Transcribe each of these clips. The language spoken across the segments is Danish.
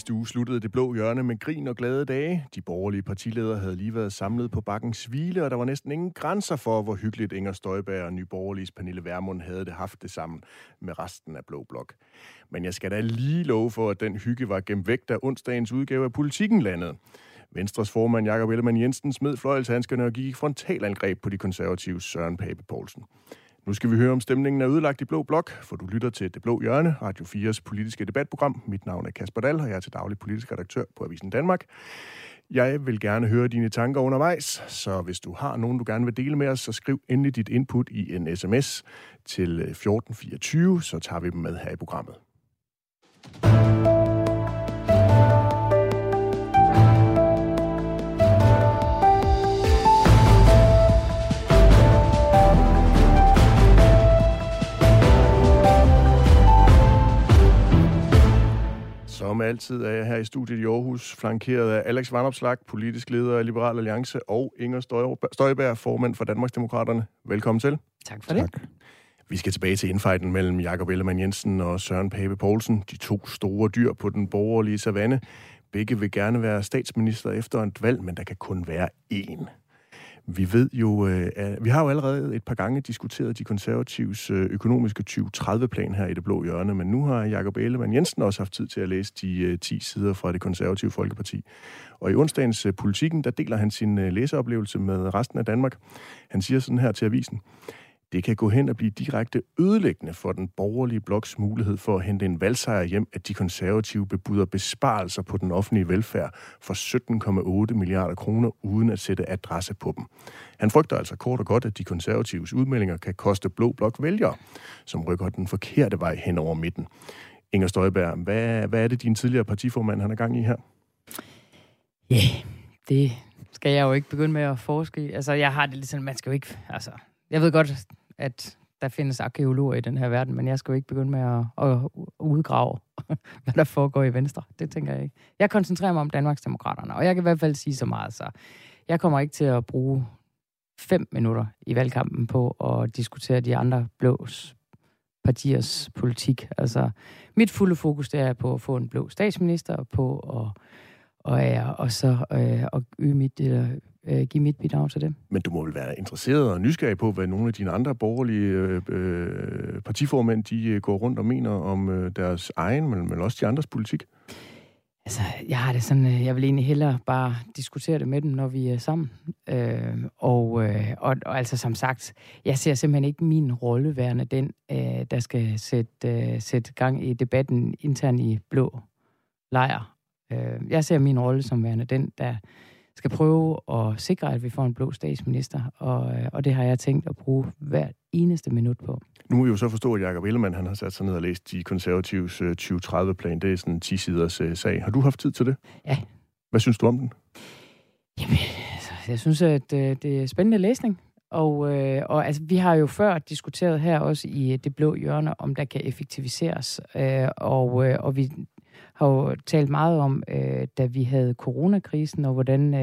sidste uge sluttede Det Blå Hjørne med grin og glade dage. De borgerlige partiledere havde lige været samlet på Bakkens Hvile, og der var næsten ingen grænser for, hvor hyggeligt Inger Støjberg og Nye Borgerliges Pernille Vermund havde det haft det sammen med resten af Blå Blok. Men jeg skal da lige love for, at den hygge var gemt væk, da onsdagens udgave af Politikken landede. Venstres formand Jakob Ellemann-Jensen smed fløjelshandskerne og gik i frontalangreb på de konservatives Søren Pape Poulsen. Nu skal vi høre, om stemningen er ødelagt i Blå Blok, for du lytter til Det Blå Hjørne, Radio 4's politiske debatprogram. Mit navn er Kasper Dahl, og jeg er til daglig politisk redaktør på Avisen Danmark. Jeg vil gerne høre dine tanker undervejs, så hvis du har nogen, du gerne vil dele med os, så skriv endelig dit input i en sms til 1424, så tager vi dem med her i programmet. Som altid er jeg her i studiet i Aarhus, flankeret af Alex Vanopslagh, politisk leder af Liberal Alliance, og Inger Støjberg, formand for Danmarksdemokraterne. Velkommen til. Tak for det. Tak. Vi skal tilbage til indfighten mellem Jakob Ellemann-Jensen og Søren Pape Poulsen, de to store dyr på den borgerlige savanne. Begge vil gerne være statsminister efter et valg, men der kan kun være én. Vi har jo allerede et par gange diskuteret de konservatives økonomiske 2030-plan her i Det Blå Hjørne, men nu har Jakob Ellemann-Jensen også haft tid til at læse de 10 sider fra Det Konservative Folkeparti. Og i onsdagens Politikken, der deler han sin læseoplevelse med resten af Danmark. Han siger sådan her til avisen: det kan gå hen og blive direkte ødelæggende for den borgerlige bloks mulighed for at hente en valgsejr hjem, at de konservative bebuder besparelser på den offentlige velfærd for 17,8 milliarder kroner, uden at sætte adresse på dem. Han frygter altså kort og godt, at de konservatives udmeldinger kan koste Blå Blok vælgere, som rykker den forkerte vej hen over midten. Inger Støjberg, hvad er det, din tidligere partiformand han er gang i her? Ja, det skal jeg jo ikke begynde med at forske i. Altså, jeg har det lidt sådan, man skal jo ikke... Altså, jeg ved godt, at der findes arkæologer i den her verden, men jeg skal jo ikke begynde med at udgrave, hvad der foregår i Venstre. Det tænker jeg ikke. Jeg koncentrerer mig om Danmarksdemokraterne, og jeg kan i hvert fald sige så meget, så jeg kommer ikke til at bruge 5 minutter i valgkampen på at diskutere de andre blå partiers politik. Altså, mit fulde fokus, det er på at få en blå statsminister, og på at give mit bidrag til det. Men du må vel være interesseret og nysgerrig på, hvad nogle af dine andre borgerlige partiformænd, de går rundt og mener om deres egen, men også de andres politik? Altså, jeg har det sådan, jeg vil egentlig hellere bare diskutere det med dem, når vi er sammen. Og altså som sagt, jeg ser simpelthen ikke min rolle værende den, der skal sætte gang i debatten internt i blå lejr. Jeg ser min rolle som værende den, der skal prøve at sikre, at vi får en blå statsminister, og det har jeg tænkt at bruge hvert eneste minut på. Nu må vi jo så forstå, at Jakob Ellemann han har sat sig ned og læst de konservatives 2030-plan. Det er sådan en 10-siders sag. Har du haft tid til det? Ja. Hvad synes du om den? Jamen, altså, jeg synes, at det er spændende læsning. Og altså, vi har jo før diskuteret her også i Det Blå Hjørne, om der kan effektiviseres. Og vi har jo talt meget om, da vi havde coronakrisen, og hvordan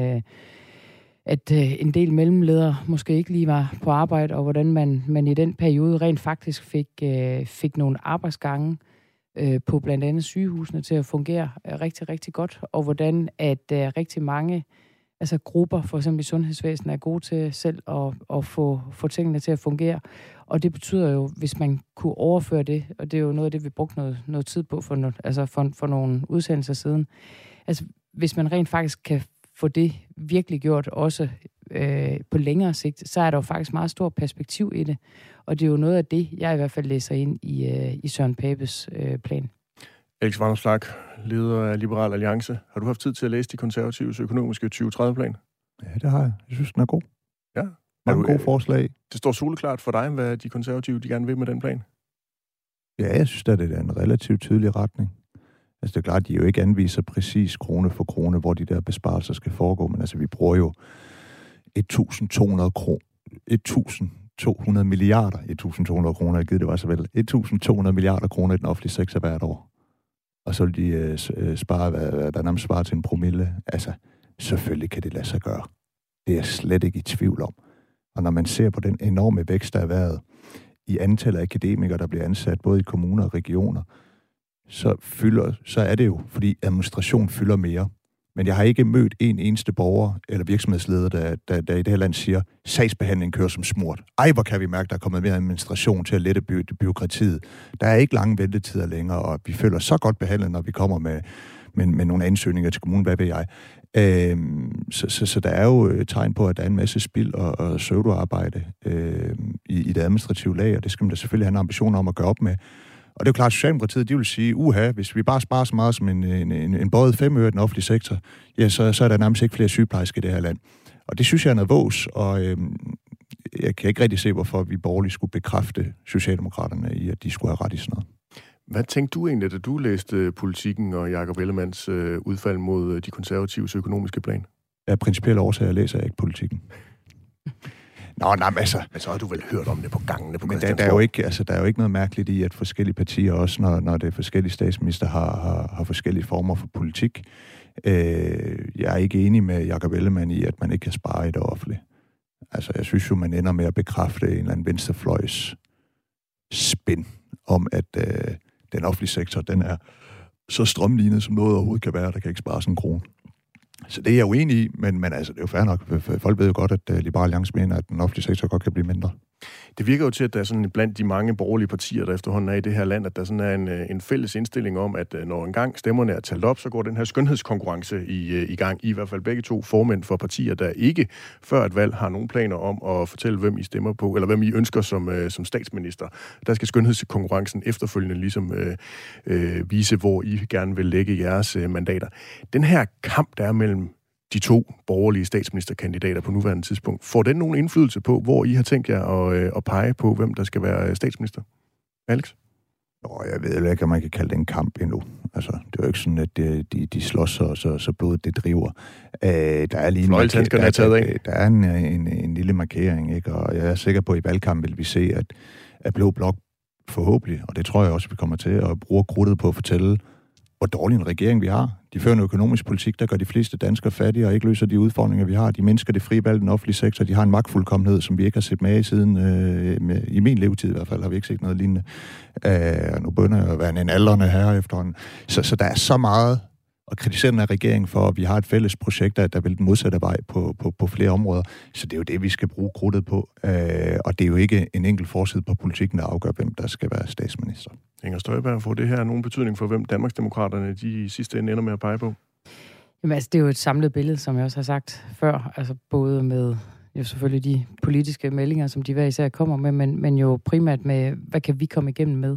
at en del mellemledere måske ikke lige var på arbejde, og hvordan man i den periode rent faktisk fik nogle arbejdsgange på blandt andet sygehusene til at fungere rigtig, rigtig godt, og hvordan at rigtig mange grupper, for eksempel i sundhedsvæsenet, er gode til selv at få tingene til at fungere. Og det betyder jo, hvis man kunne overføre det, og det er jo noget af det, vi brugte noget tid på for nogle udsendelser siden. Altså, hvis man rent faktisk kan få det virkelig gjort, også på længere sigt, så er der jo faktisk meget stort perspektiv i det. Og det er jo noget af det, jeg i hvert fald læser ind i Søren Papes plan. Alex Vanopslagh, leder af Liberal Alliance. Har du haft tid til at læse de konservatives økonomiske 2030-plan? Ja, det har jeg. Jeg synes, den er god. Ja. Er du god forslag? Det står soleklart for dig, hvad de konservative de gerne vil med den plan? Ja, jeg synes, at det er en relativt tydelig retning. Altså, det er klart, at de jo ikke anviser præcis krone for krone, hvor de der besparelser skal foregå, men altså, vi bruger jo 1.200 milliarder, 1.200 kroner, jeg givet det var så vel, 1.200 milliarder kroner i den offentlige sektor hvert år. Og så vil de spare, hvad der nærmest svarer til en promille. Altså, selvfølgelig kan det lade sig gøre. Det er jeg slet ikke i tvivl om. Og når man ser på den enorme vækst, der har været i antallet af akademikere, der bliver ansat både i kommuner og regioner, så er det jo, fordi administration fylder mere. Men jeg har ikke mødt en eneste borger eller virksomhedsleder, der i det her land siger, sagsbehandling kører som smurt. Ej, hvor kan vi mærke, der er kommet mere administration til at lette byråkratiet. Der er ikke lange ventetider længere, og vi føler så godt behandlet, når vi kommer med nogle ansøgninger til kommunen, hvad ved jeg. Så der er jo tegn på, at der er en masse spild og pseudoarbejde i det administrative lag, og det skal man da selvfølgelig have en ambition om at gøre op med. Og det er jo klart, at Socialdemokratiet, de vil sige, hvis vi bare sparer så meget som en bøjet 5 øre i den offentlige sektor, ja, så er der nærmest ikke flere sygeplejersker i det her land. Og det synes jeg er noget vås, og jeg kan ikke rigtig se, hvorfor vi borgerlige skulle bekræfte Socialdemokraterne i, at de skulle have ret i sådan noget. Hvad tænkte du egentlig, da du læste Politikken og Jakob Ellemanns udfald mod de konservatives økonomiske plan? Af principielle årsager læser jeg ikke Politikken. Men så har du vel hørt om det på gangene på Christiansborg. Men der er jo ikke noget mærkeligt i, at forskellige partier, også når det er forskellige statsminister, har forskellige former for politik. Jeg er ikke enig med Jakob Ellemann i, at man ikke kan spare i det offentlige. Altså, jeg synes jo, man ender med at bekræfte en eller anden venstrefløjs spin om, at den offentlige sektor, den er så strømlignet, som noget overhovedet kan være, der kan ikke spare sådan en krone. Så det er jeg uenig i, men altså, det er jo fair nok. Folk ved jo godt, at Liberal Alliance mener, at den offentlige sektor godt kan blive mindre. Det virker jo til, at der er sådan blandt de mange borgerlige partier, der efterhånden er i det her land, at der sådan er en fælles indstilling om, at når engang stemmerne er talt op, så går den her skønhedskonkurrence i gang. I hvert fald begge to formænd for partier, der ikke før et valg har nogen planer om at fortælle, hvem I stemmer på, eller hvem I ønsker som statsminister. Der skal skønhedskonkurrencen efterfølgende ligesom vise, hvor I gerne vil lægge jeres mandater. Den her kamp, der er mellem de to borgerlige statsministerkandidater på nuværende tidspunkt, får den nogen indflydelse på, hvor I har tænkt jer at pege på, hvem der skal være statsminister? Alex? Jeg ved jo ikke, om man kan kalde det en kamp endnu. Altså, det er jo ikke sådan, at de slås, og så blodet det driver. Der er lige der er en lille markering, ikke? Og jeg er sikker på, at i valgkampen vil vi se, at Blå Blok forhåbentlig, og det tror jeg også, vi kommer til at bruge krudtet på at fortælle, hvor dårlig en regering vi har. De fører en økonomisk politik, der gør de fleste danskere fattige og ikke løser de udfordringer, vi har. De mindsker det frie valg i den offentlige sektor. De har en magtfuldkommenhed, som vi ikke har set med i siden. I min levetid i hvert fald har vi ikke set noget lignende. Nu begynder jeg at være en aldrende herre efterhånden. Så der er så meget at kritisere den her regering for, at vi har et fælles projekt, der vil den modsatte vej på flere områder. Så det er jo det, vi skal bruge krudtet på. Og det er jo ikke en enkelt forside på politikken, der afgør, hvem der skal være statsminister. Inger Støjberg, får det her nogen betydning for, hvem Danmarksdemokraterne de i sidste ende ender med at pege på? Jamen altså, det er jo et samlet billede, som jeg også har sagt før. Altså både med jo selvfølgelig de politiske meldinger, som de hver især kommer med, men jo primært med, hvad kan vi komme igennem med?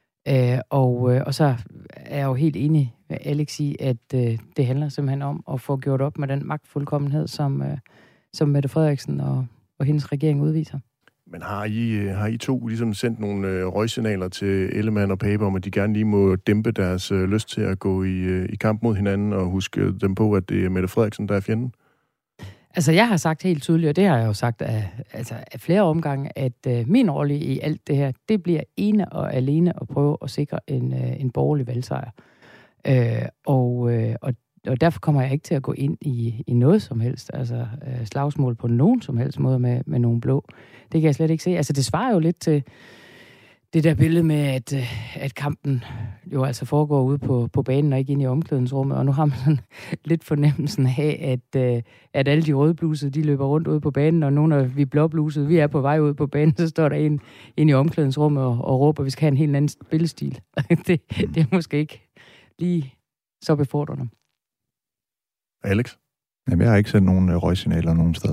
Og så er jeg jo helt enig med Alex i, at det handler simpelthen om at få gjort op med den magtfuldkommenhed, som Mette Frederiksen og hendes regering udviser. Men har I to ligesom sendt nogle røgsignaler til Ellemann og Pape om, at de gerne lige må dæmpe deres lyst til at gå i kamp mod hinanden og huske dem på, at det er Mette Frederiksen, der er fjenden? Altså, jeg har sagt helt tydeligt, og det har jeg jo sagt af flere omgange, at min rolle i alt det her, det bliver ene og alene at prøve at sikre en borgerlig valgsejr. Og derfor kommer jeg ikke til at gå ind i noget som helst, altså slagsmål på nogen som helst måde med nogen blå. Det kan jeg slet ikke se. Altså, det svarer jo lidt til det der billede med, at kampen jo altså foregår ude på banen og ikke inde i omklædningsrummet, og nu har man sådan lidt fornemmelsen af, at alle de rødblusede, de løber rundt ude på banen, og nogle af vi blåblusede, vi er på vej ud på banen, så står der en inde i omklædningsrummet og råber, at vi skal have en helt anden spillestil. det er måske ikke lige så befordrende. Alex? Jamen, jeg har ikke sendt nogen røgsignaler nogen steder.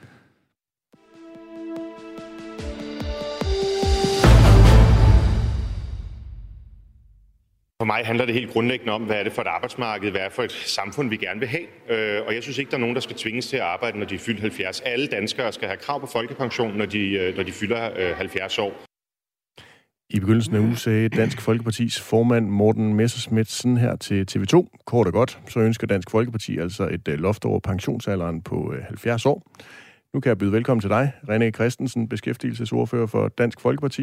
For mig handler det helt grundlæggende om, hvad er det for et arbejdsmarked, hvad er det for et samfund, vi gerne vil have. Og jeg synes ikke, der er nogen, der skal tvinges til at arbejde, når de er fyldt 70. Alle danskere skal have krav på folkepension, når de fylder 70 år. I begyndelsen af ugen sagde Dansk Folkepartis formand Morten Messerschmidt sådan her til TV2. Kort og godt, så ønsker Dansk Folkeparti altså et loft over pensionsalderen på 70 år. Nu kan jeg byde velkommen til dig, René Christensen, beskæftigelsesordfører for Dansk Folkeparti.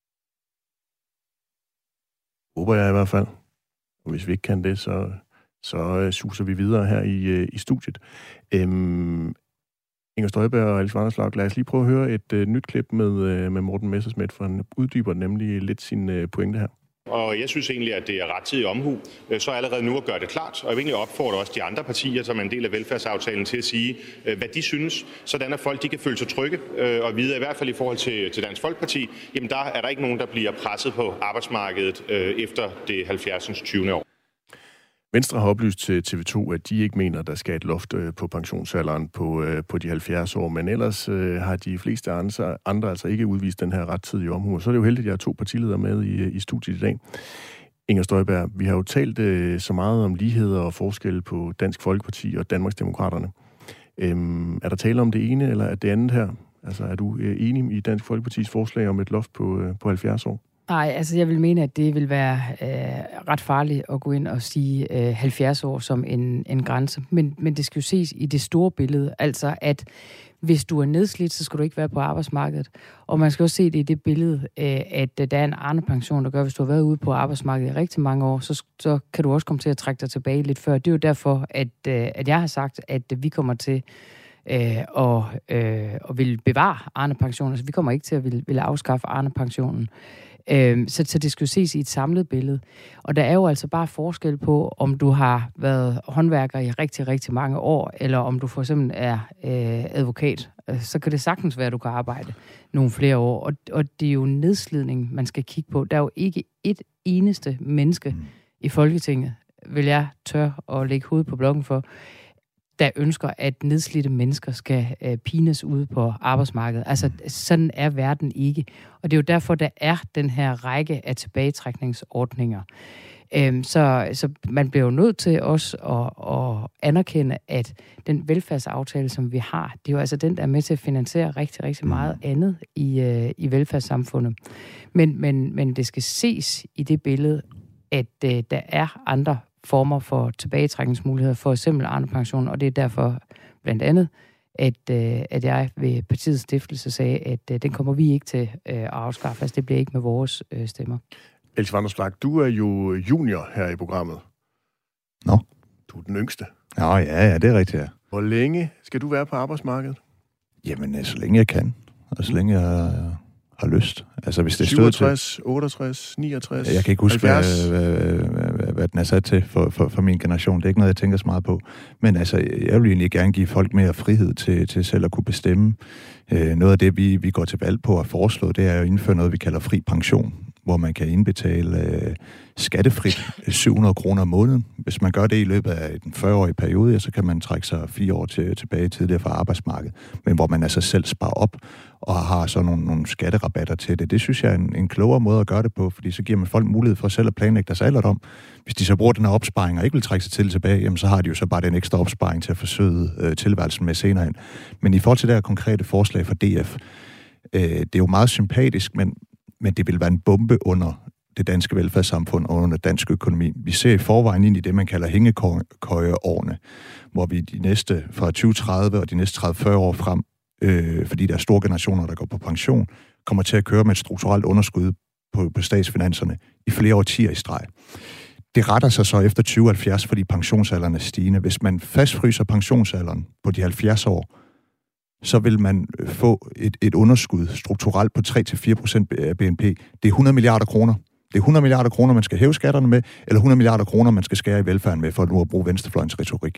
Håber jeg i hvert fald. Og hvis vi ikke kan det, så suser vi videre her i studiet. Inger Støjberg og Alex Vanopslagh, lad os lige prøve at høre et nyt klip med Morten Messerschmidt, for han uddyber nemlig lidt sin pointe her. Og jeg synes egentlig, at det er rettidig omhu, så allerede nu at gøre det klart. Og jeg vil egentlig opfordre også de andre partier, som er en del af velfærdsaftalen, til at sige, hvad de synes, sådan at folk de kan føle sig trygge og vide, i hvert fald i forhold til Dansk Folkeparti, jamen der er der ikke nogen, der bliver presset på arbejdsmarkedet efter det 70. 20. år. Venstre har oplyst til TV2, at de ikke mener, der skal et loft på pensionsalderen på de 70 år, men ellers har de fleste andre altså ikke udvist den her rettidige omhu. Så er det jo heldigt, at jeg har 2 partiledere med i studiet i dag. Inger Støjberg, vi har jo talt så meget om ligheder og forskel på Dansk Folkeparti og Danmarksdemokraterne. Er der tale om det ene eller det andet her? Altså er du enig i Dansk Folkepartis forslag om et loft på 70 år? Nej, altså jeg vil mene, at det vil være ret farligt at gå ind og sige 70 år som en grænse. Men det skal jo ses i det store billede. Altså at hvis du er nedslidt, så skal du ikke være på arbejdsmarkedet. Og man skal også se det i det billede, at der er en Arne-pension, der gør, hvis du har været ude på arbejdsmarkedet i rigtig mange år, så kan du også komme til at trække dig tilbage lidt før. Det er jo derfor, at jeg har sagt, at vi kommer til og vil bevare Arne-pensionen. Altså vi kommer ikke til at ville afskaffe Arne-pensionen. Så det skal jo ses i et samlet billede. Og der er jo altså bare forskel på, om du har været håndværker i rigtig, rigtig mange år, eller om du for eksempel er advokat. Så kan det sagtens være, at du kan arbejde nogle flere år. Og det er jo nedslidning, man skal kigge på. Der er jo ikke et eneste menneske i Folketinget, vil jeg tør at lægge hovedet på blokken for, der ønsker, at nedslidte mennesker skal pines ude på arbejdsmarkedet. Altså, sådan er verden ikke. Og det er jo derfor, der er den her række af tilbagetrækningsordninger. Så man bliver jo nødt til også at anerkende, at den velfærdsaftale, som vi har, det er jo altså den, der er med til at finansiere rigtig, rigtig meget andet i velfærdssamfundet. Men det skal ses i det billede, at der er andre former for tilbagetrækningsmuligheder, for eksempel Arne-pension, og det er derfor blandt andet, at jeg ved partiets stiftelse sagde, at den kommer vi ikke til at afskaffe. Altså det bliver ikke med vores stemmer. Else Vanopslagh, du er jo junior her i programmet. Nå. Du er den yngste. Nå, ja, det er rigtigt, ja. Hvor længe skal du være på arbejdsmarkedet? Jamen, så længe jeg kan, og så længe jeg har lyst. Altså, hvis det 67, 68, 69, jeg kan ikke huske, 70. hvad den er sat til for min generation. Det er ikke noget, jeg tænker så meget på. Men altså, jeg vil egentlig gerne give folk mere frihed til selv at kunne bestemme. Noget af det, vi går til valg på at foreslå, det er at indføre noget, vi kalder fri pension, hvor man kan indbetale skattefrit 700 kroner om måneden. Hvis man gør det i løbet af en 40-årig periode, så kan man trække sig 4 år tilbage tidligere fra arbejdsmarkedet. Men hvor man altså selv sparer op og har så nogle skatterabatter til det. Det synes jeg er en klogere måde at gøre det på, fordi så giver man folk mulighed for selv at planlægge deres alderdom. Hvis de så bruger den her opsparing og ikke vil trække sig tilbage, jamen så har de jo så bare den ekstra opsparing til at forsøge tilværelsen med senere hen. Men i forhold til det her konkrete forslag fra DF, det er jo meget sympatisk, men det vil være en bombe under det danske velfærdssamfund og under dansk økonomi. Vi ser i forvejen ind i det, man kalder hængekøjeårene, hvor vi de næste fra 2030 og de næste 30-40 år frem, fordi der er store generationer, der går på pension, kommer til at køre med et strukturelt underskud på statsfinanserne i flere årtier i streg. Det retter sig så efter 2070, fordi pensionsalderen er stigende. Hvis man fastfryser pensionsalderen på de 70 år, så vil man få et underskud strukturelt på 3-4% af BNP. Det er 100 milliarder kroner. Det er 100 milliarder kroner, man skal hæve skatterne med, eller 100 milliarder kroner, man skal skære i velfærden med, for nu at bruge venstrefløjens retorik.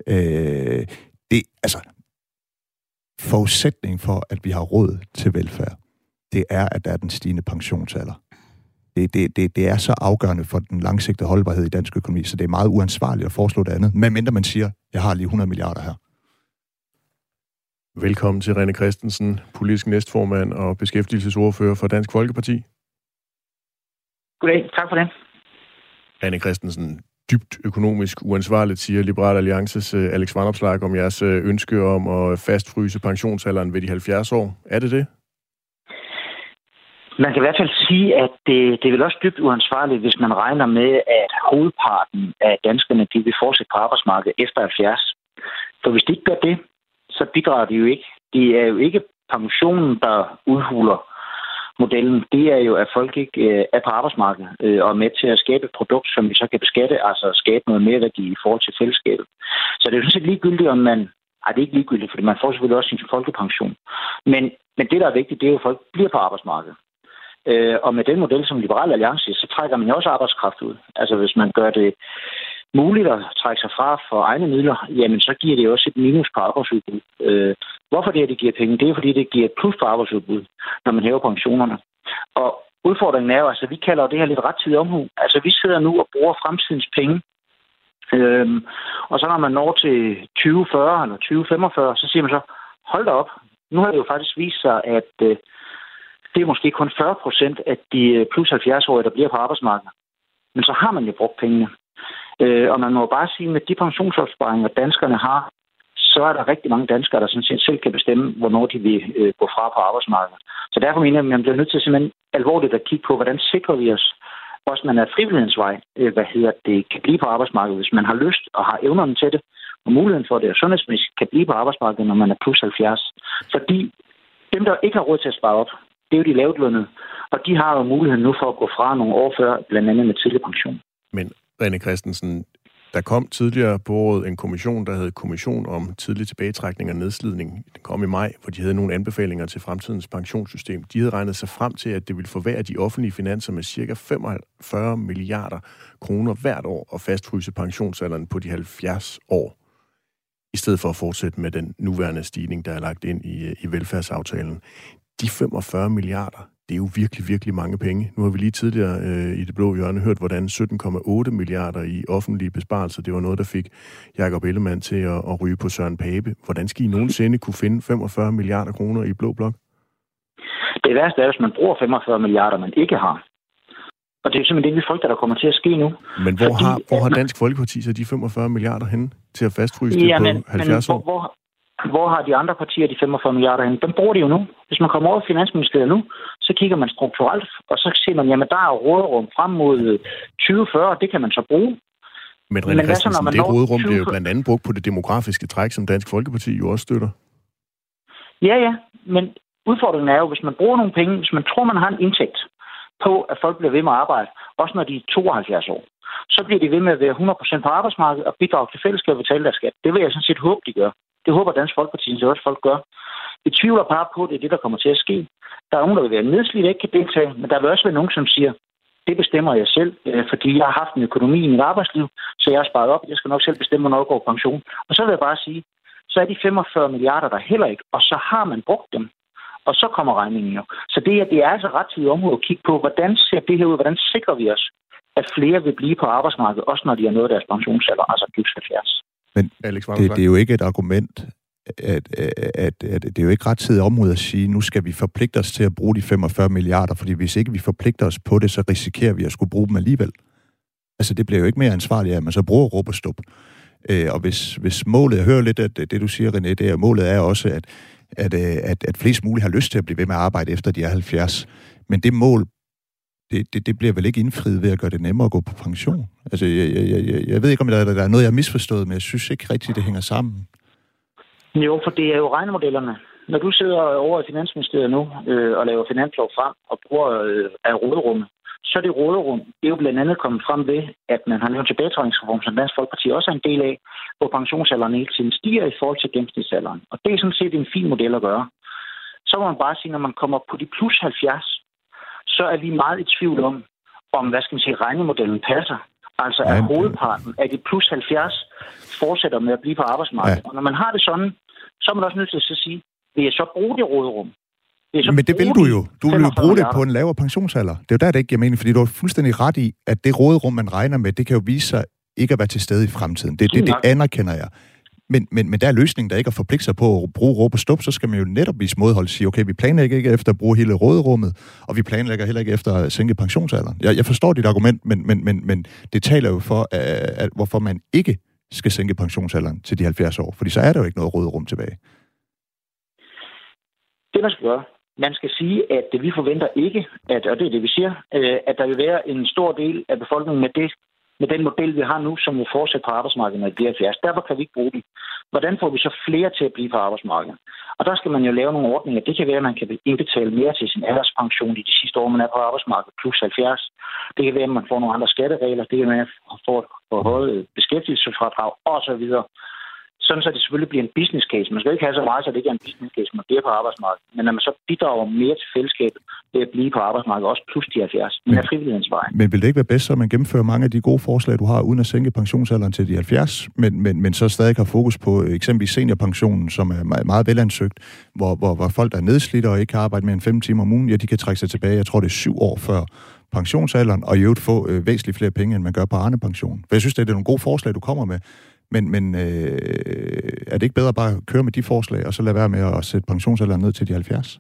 Det altså forudsætning for, at vi har råd til velfærd, det er, at der er den stigende pensionsalder. Det er så afgørende for den langsigtede holdbarhed i dansk økonomi, så det er meget uansvarligt at foreslå det andet, medmindre man siger, jeg har lige 100 milliarder her. Velkommen til René Christensen, politisk næstformand og beskæftigelsesordfører for Dansk Folkeparti. Goddag, tak for det. René Christensen, dybt økonomisk uansvarligt, siger Liberal Alliances Alex Vanopslagh om jeres ønske om at fastfryse pensionsalderen ved de 70 år. Er det det? Man kan i hvert fald sige, at det er vel også dybt uansvarligt, hvis man regner med, at hovedparten af danskerne de vil fortsætte på arbejdsmarkedet efter 70. For hvis de ikke gør det, så bidrager de jo ikke. Det er jo ikke pensionen, der udhuler modellen. Det er jo, at folk ikke er på arbejdsmarkedet og er med til at skabe et produkt, som vi så kan beskatte, altså skabe noget mere værdi i forhold til fællesskabet. Så det er jo sådan set ligegyldigt, om man... det er ikke ligegyldigt, fordi man får selvfølgelig også sin folkepension. Men det, der er vigtigt, det er jo, at folk bliver på arbejdsmarkedet. Og med den model som Liberal Alliance, så trækker man jo også arbejdskraft ud. Altså hvis man gør det muligt at trække sig fra for egne midler, jamen så giver det også et minus på arbejdsudbud. Hvorfor det giver penge? Det er fordi, det giver et plus på arbejdsudbud, når man hæver pensionerne. Og udfordringen er jo, altså vi kalder det her lidt rettidig omhu. Altså vi sidder nu og bruger fremtidens penge. Og så når man når til 2040 eller 2045, så siger man så, hold da op. Nu har det jo faktisk vist sig, at det er måske kun 40% af de plus 70-årige, der bliver på arbejdsmarkedet. Men så har man jo brugt pengene. Og man må bare sige, at med de pensionsopsparinger, danskerne har, så er der rigtig mange danskere, der sådan set selv kan bestemme, hvornår de vil gå fra på arbejdsmarkedet. Så derfor mener jeg, at man bliver nødt til simpelthen alvorligt at kigge på, hvordan sikrer vi os, også man er frivillighedens vej, det kan blive på arbejdsmarkedet, hvis man har lyst og har evnerne til det, og muligheden for det, og sundhedsmæssigt kan blive på arbejdsmarkedet, når man er plus 70. Fordi dem, der ikke har råd til at spare op, det er jo de lavtlønnede, og de har jo muligheden nu for at gå fra nogle år før, blandt andet med tidlig pension. Men René Christensen, der kom tidligere på året en kommission, der hed Kommission om tidlig tilbagetrækning og nedslidning. Den kom i maj, hvor de havde nogle anbefalinger til fremtidens pensionssystem. De havde regnet sig frem til, at det ville forværre de offentlige finanser med ca. 45 milliarder kroner hvert år og fastfryse pensionsalderen på de 70 år, i stedet for at fortsætte med den nuværende stigning, der er lagt ind i velfærdsaftalen. De 45 milliarder, det er jo virkelig, virkelig mange penge. Nu har vi lige tidligere i Det Blå Hjørne hørt, hvordan 17,8 milliarder i offentlige besparelser, det var noget, der fik Jakob Ellemann til at ryge på Søren Pape. Hvordan skal I nogensinde kunne finde 45 milliarder kroner i Blå Blok? Det værste er, hvis man bruger 45 milliarder, man ikke har. Og det er simpelthen det, vi frygter, der kommer til at ske nu. Men hvor har Dansk Folkeparti så de 45 milliarder henne til at fastfryse det på 70 år? Hvor har de andre partier de 45 milliarder henne? Dem bruger de jo nu. Hvis man kommer over i Finansministeriet nu, så kigger man strukturelt, og så siger man, jamen der er råderum frem mod 2040, det kan man så bruge. Men René Christensen, det råderum bliver jo blandt andet brugt på det demografiske træk, som Dansk Folkeparti jo også støtter. Ja, men udfordringen er jo, hvis man bruger nogle penge, hvis man tror, man har en indtægt på, at folk bliver ved med at arbejde, også når de er 72 år, så bliver de ved med at være 100% på arbejdsmarkedet og bidrage til fællesskabet og betale deres skat. Det vil jeg sådan set håbe, de gør. Det håber Dansk Folkeparti, så også folk gør. Vi tvivler bare på, at det er det, der kommer til at ske. Der er nogen, der vil være nedslidte, ikke kan deltage, men der vil også være nogen, som siger, det bestemmer jeg selv, fordi jeg har haft en økonomi i mit arbejdsliv, så jeg har sparet op. Jeg skal nok selv bestemme, hvornår jeg går på pension. Og så vil jeg bare sige, så er de 45 milliarder der heller ikke, og så har man brugt dem. Og så kommer regningen jo. Så det er altså rettidig område at kigge på, hvordan ser det her ud, hvordan sikrer vi os, at flere vil blive på arbejdsmarkedet, også når de har nået deres pensionsalder, altså plus 70. Men det er jo ikke et argument, at det er jo ikke rettidig område at sige, nu skal vi forpligte os til at bruge de 45 milliarder, fordi hvis ikke vi forpligter os på det, så risikerer vi at skulle bruge dem alligevel. Altså det bliver jo ikke mere ansvarligt, at man så bruger råb og stop. Og hvis målet, jeg hører lidt, at det du siger, René, det er, målet er også, at flest muligt har lyst til at blive ved med at arbejde efter de er 70. Men det mål, det bliver vel ikke indfriet ved at gøre det nemmere at gå på pension? Altså, jeg ved ikke, om der er noget, jeg har misforstået, men jeg synes ikke rigtigt, det hænger sammen. Jo, for det er jo regnemodellerne. Når du sidder over i Finansministeriet nu og laver finanslov frem og bruger af råderummet, så er det råderum. Det er jo blandt andet kommet frem ved, at man har lavet en tilbagetrækningsreform, som Dansk Folkeparti også er en del af, hvor pensionsalderen hele tiden stiger i forhold til gennemsnitsalderen. Og det er sådan set en fin model at gøre. Så må man bare sige, når man kommer på de plus 70, så er vi meget i tvivl om hvad skal man sige, regnemodellen passer. Altså at hovedparten af de plus 70 fortsætter med at blive på arbejdsmarkedet. Ja. Og når man har det sådan, så er man også nødt til at sige, vil jeg så bruge det råderum? Men det vil du jo. Du vil jo bruge det på en lavere pensionsalder. Det er jo der, det ikke giver mening, fordi du har fuldstændig ret i, at det råderum, man regner med, det kan jo vise sig ikke at være til stede i fremtiden. Det anerkender jeg. Men der er løsningen, der ikke at forpligte sig på at bruge råb og stop, så skal man jo netop vise modhold og sige, okay, vi planlægger ikke efter at bruge hele råderummet, og vi planlægger heller ikke efter at sænke pensionsalderen. Jeg forstår dit argument, men det taler jo for, at hvorfor man ikke skal sænke pensionsalderen til de 70 år, fordi så er der jo ikke noget råderum tilbage. Det man skal gøre, man skal sige, at vi forventer ikke, og det er det, vi siger, at der vil være en stor del af befolkningen med den model, vi har nu, som vil fortsætte på arbejdsmarkedet, når de bliver 70. Derfor kan vi ikke bruge den. Hvordan får vi så flere til at blive på arbejdsmarkedet? Og der skal man jo lave nogle ordninger. Det kan være, at man kan indbetale mere til sin alderspension i de sidste år, man er på arbejdsmarkedet, plus 70. Det kan være, at man får nogle andre skatteregler. Det kan være, at man får et forhøjet beskæftigelsesfradrag osv. sådan så det selvfølgelig bliver en business case. Man skal ikke have så meget, så det ikke er en business case, man bliver på arbejdsmarkedet. Men når man så bidrager mere til fællesskabet ved at blive på arbejdsmarkedet, også plus de 70, men er frivillighedens vej. Men vil det ikke være bedst, så man gennemfører mange af de gode forslag, du har, uden at sænke pensionsalderen til de 70, men så stadig har fokus på eksempelvis seniorpensionen, som er meget velansøgt, hvor folk, der er nedslidte og ikke kan arbejde mere end 5 timer om ugen, ja, de kan trække sig tilbage, jeg tror det er 7 år før pensionsalderen, og i øvrigt få væsentligt flere penge, end man gør på Arne-pension. For jeg synes, det er nogle gode forslag, du kommer med. Men er det ikke bedre bare at køre med de forslag, og så lade være med at sætte pensionsalderen ned til de 70?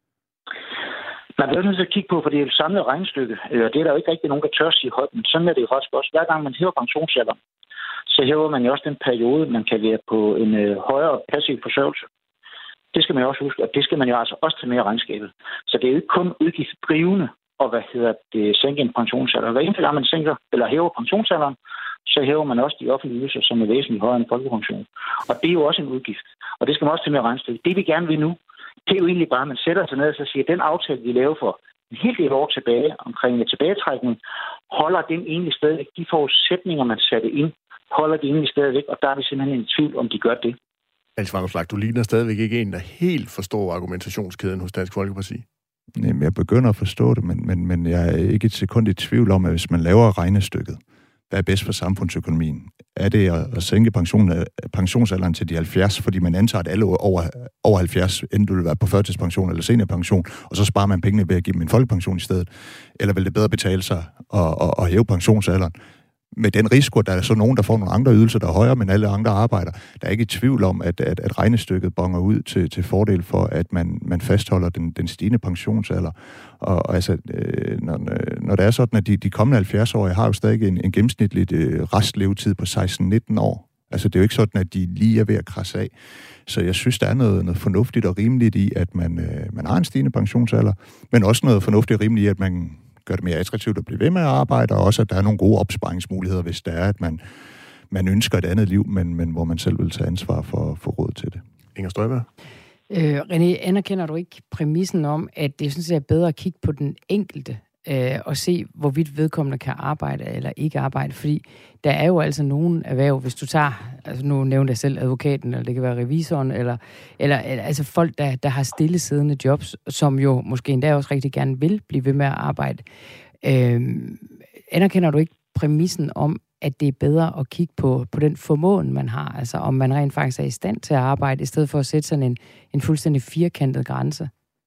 Man bliver nødt til at kigge på, for det er et samlet regnestykke, og det er der jo ikke rigtig nogen, der tør at sige højt, men sådan er det jo faktisk også. Hver gang man hæver pensionsalderen, så hæver man jo også den periode, man kan være på en højere passiv forsørgelse. Det skal man jo også huske, og det skal man jo altså også tage med i regnskabet. Så det er jo ikke kun udgiftsdrivende og sænke en pensionsalder. Hver eneste gang man sænker eller hæver pensionsalderen, så hæver man også de offentlige ydelser, som er væsentligt højere end folkepension. Og det er jo også en udgift. Og det skal man også tage med i regnstykket. Det vi gerne vil nu, det er jo egentlig bare, at man sætter sig ned og så siger, at den aftale, vi laver for en helt del år tilbage omkring tilbagetrækning, holder den egentlig stadigvæk. De forudsætninger, man satte ind, holder de egentlig stadigvæk, og der er vi simpelthen i tvivl, om de gør det. Alex Vanopslagh, du ligner stadigvæk ikke en, der helt forstår argumentationskæden hos Dansk Folkeparti. Jamen, jeg begynder at forstå det, men jeg er ikke et sekund i tvivl om, at hvis man laver regnestykket, hvad er bedst for samfundsøkonomien? Er det at sænke pensionsalderen til de 70, fordi man antager, at alle over 70 enten vil være på førtidspension eller seniorpension, og så sparer man pengene ved at give dem en folkepension i stedet? Eller vil det bedre betale sig at hæve pensionsalderen? Med den risiko, at der er så nogen, der får nogle andre ydelser, der er højere, men alle andre arbejder. Der er ikke i tvivl om, at regnestykket bonger ud til fordel for, at man fastholder den stigende pensionsalder. Og altså, når det er sådan, at de kommende 70-årige har jo stadig en gennemsnitlig restlevetid på 16-19 år. Altså, det er jo ikke sådan, at de lige er ved at krasse af. Så jeg synes, der er noget fornuftigt og rimeligt i, at man har en stigende pensionsalder, men også noget fornuftigt og rimeligt i, at man gør det mere attraktivt at blive ved med at arbejde, og også, at der er nogle gode opsparingsmuligheder, hvis det er, at man ønsker et andet liv, men hvor man selv vil tage ansvar for at få råd til det. Inger Støjberg? René, anerkender du ikke præmissen om, at det synes jeg er bedre at kigge på den enkelte, og se, hvorvidt vedkommende kan arbejde eller ikke arbejde? Fordi der er jo altså nogle erhverv, hvis du tager, altså nu nævnte jeg selv advokaten, eller det kan være revisoren, eller altså folk, der har stillesiddende jobs, som jo måske endda også rigtig gerne vil blive ved med at arbejde. Anerkender du ikke præmissen om, at det er bedre at kigge på den formåen, man har, altså om man rent faktisk er i stand til at arbejde, i stedet for at sætte sådan en fuldstændig firkantet grænse?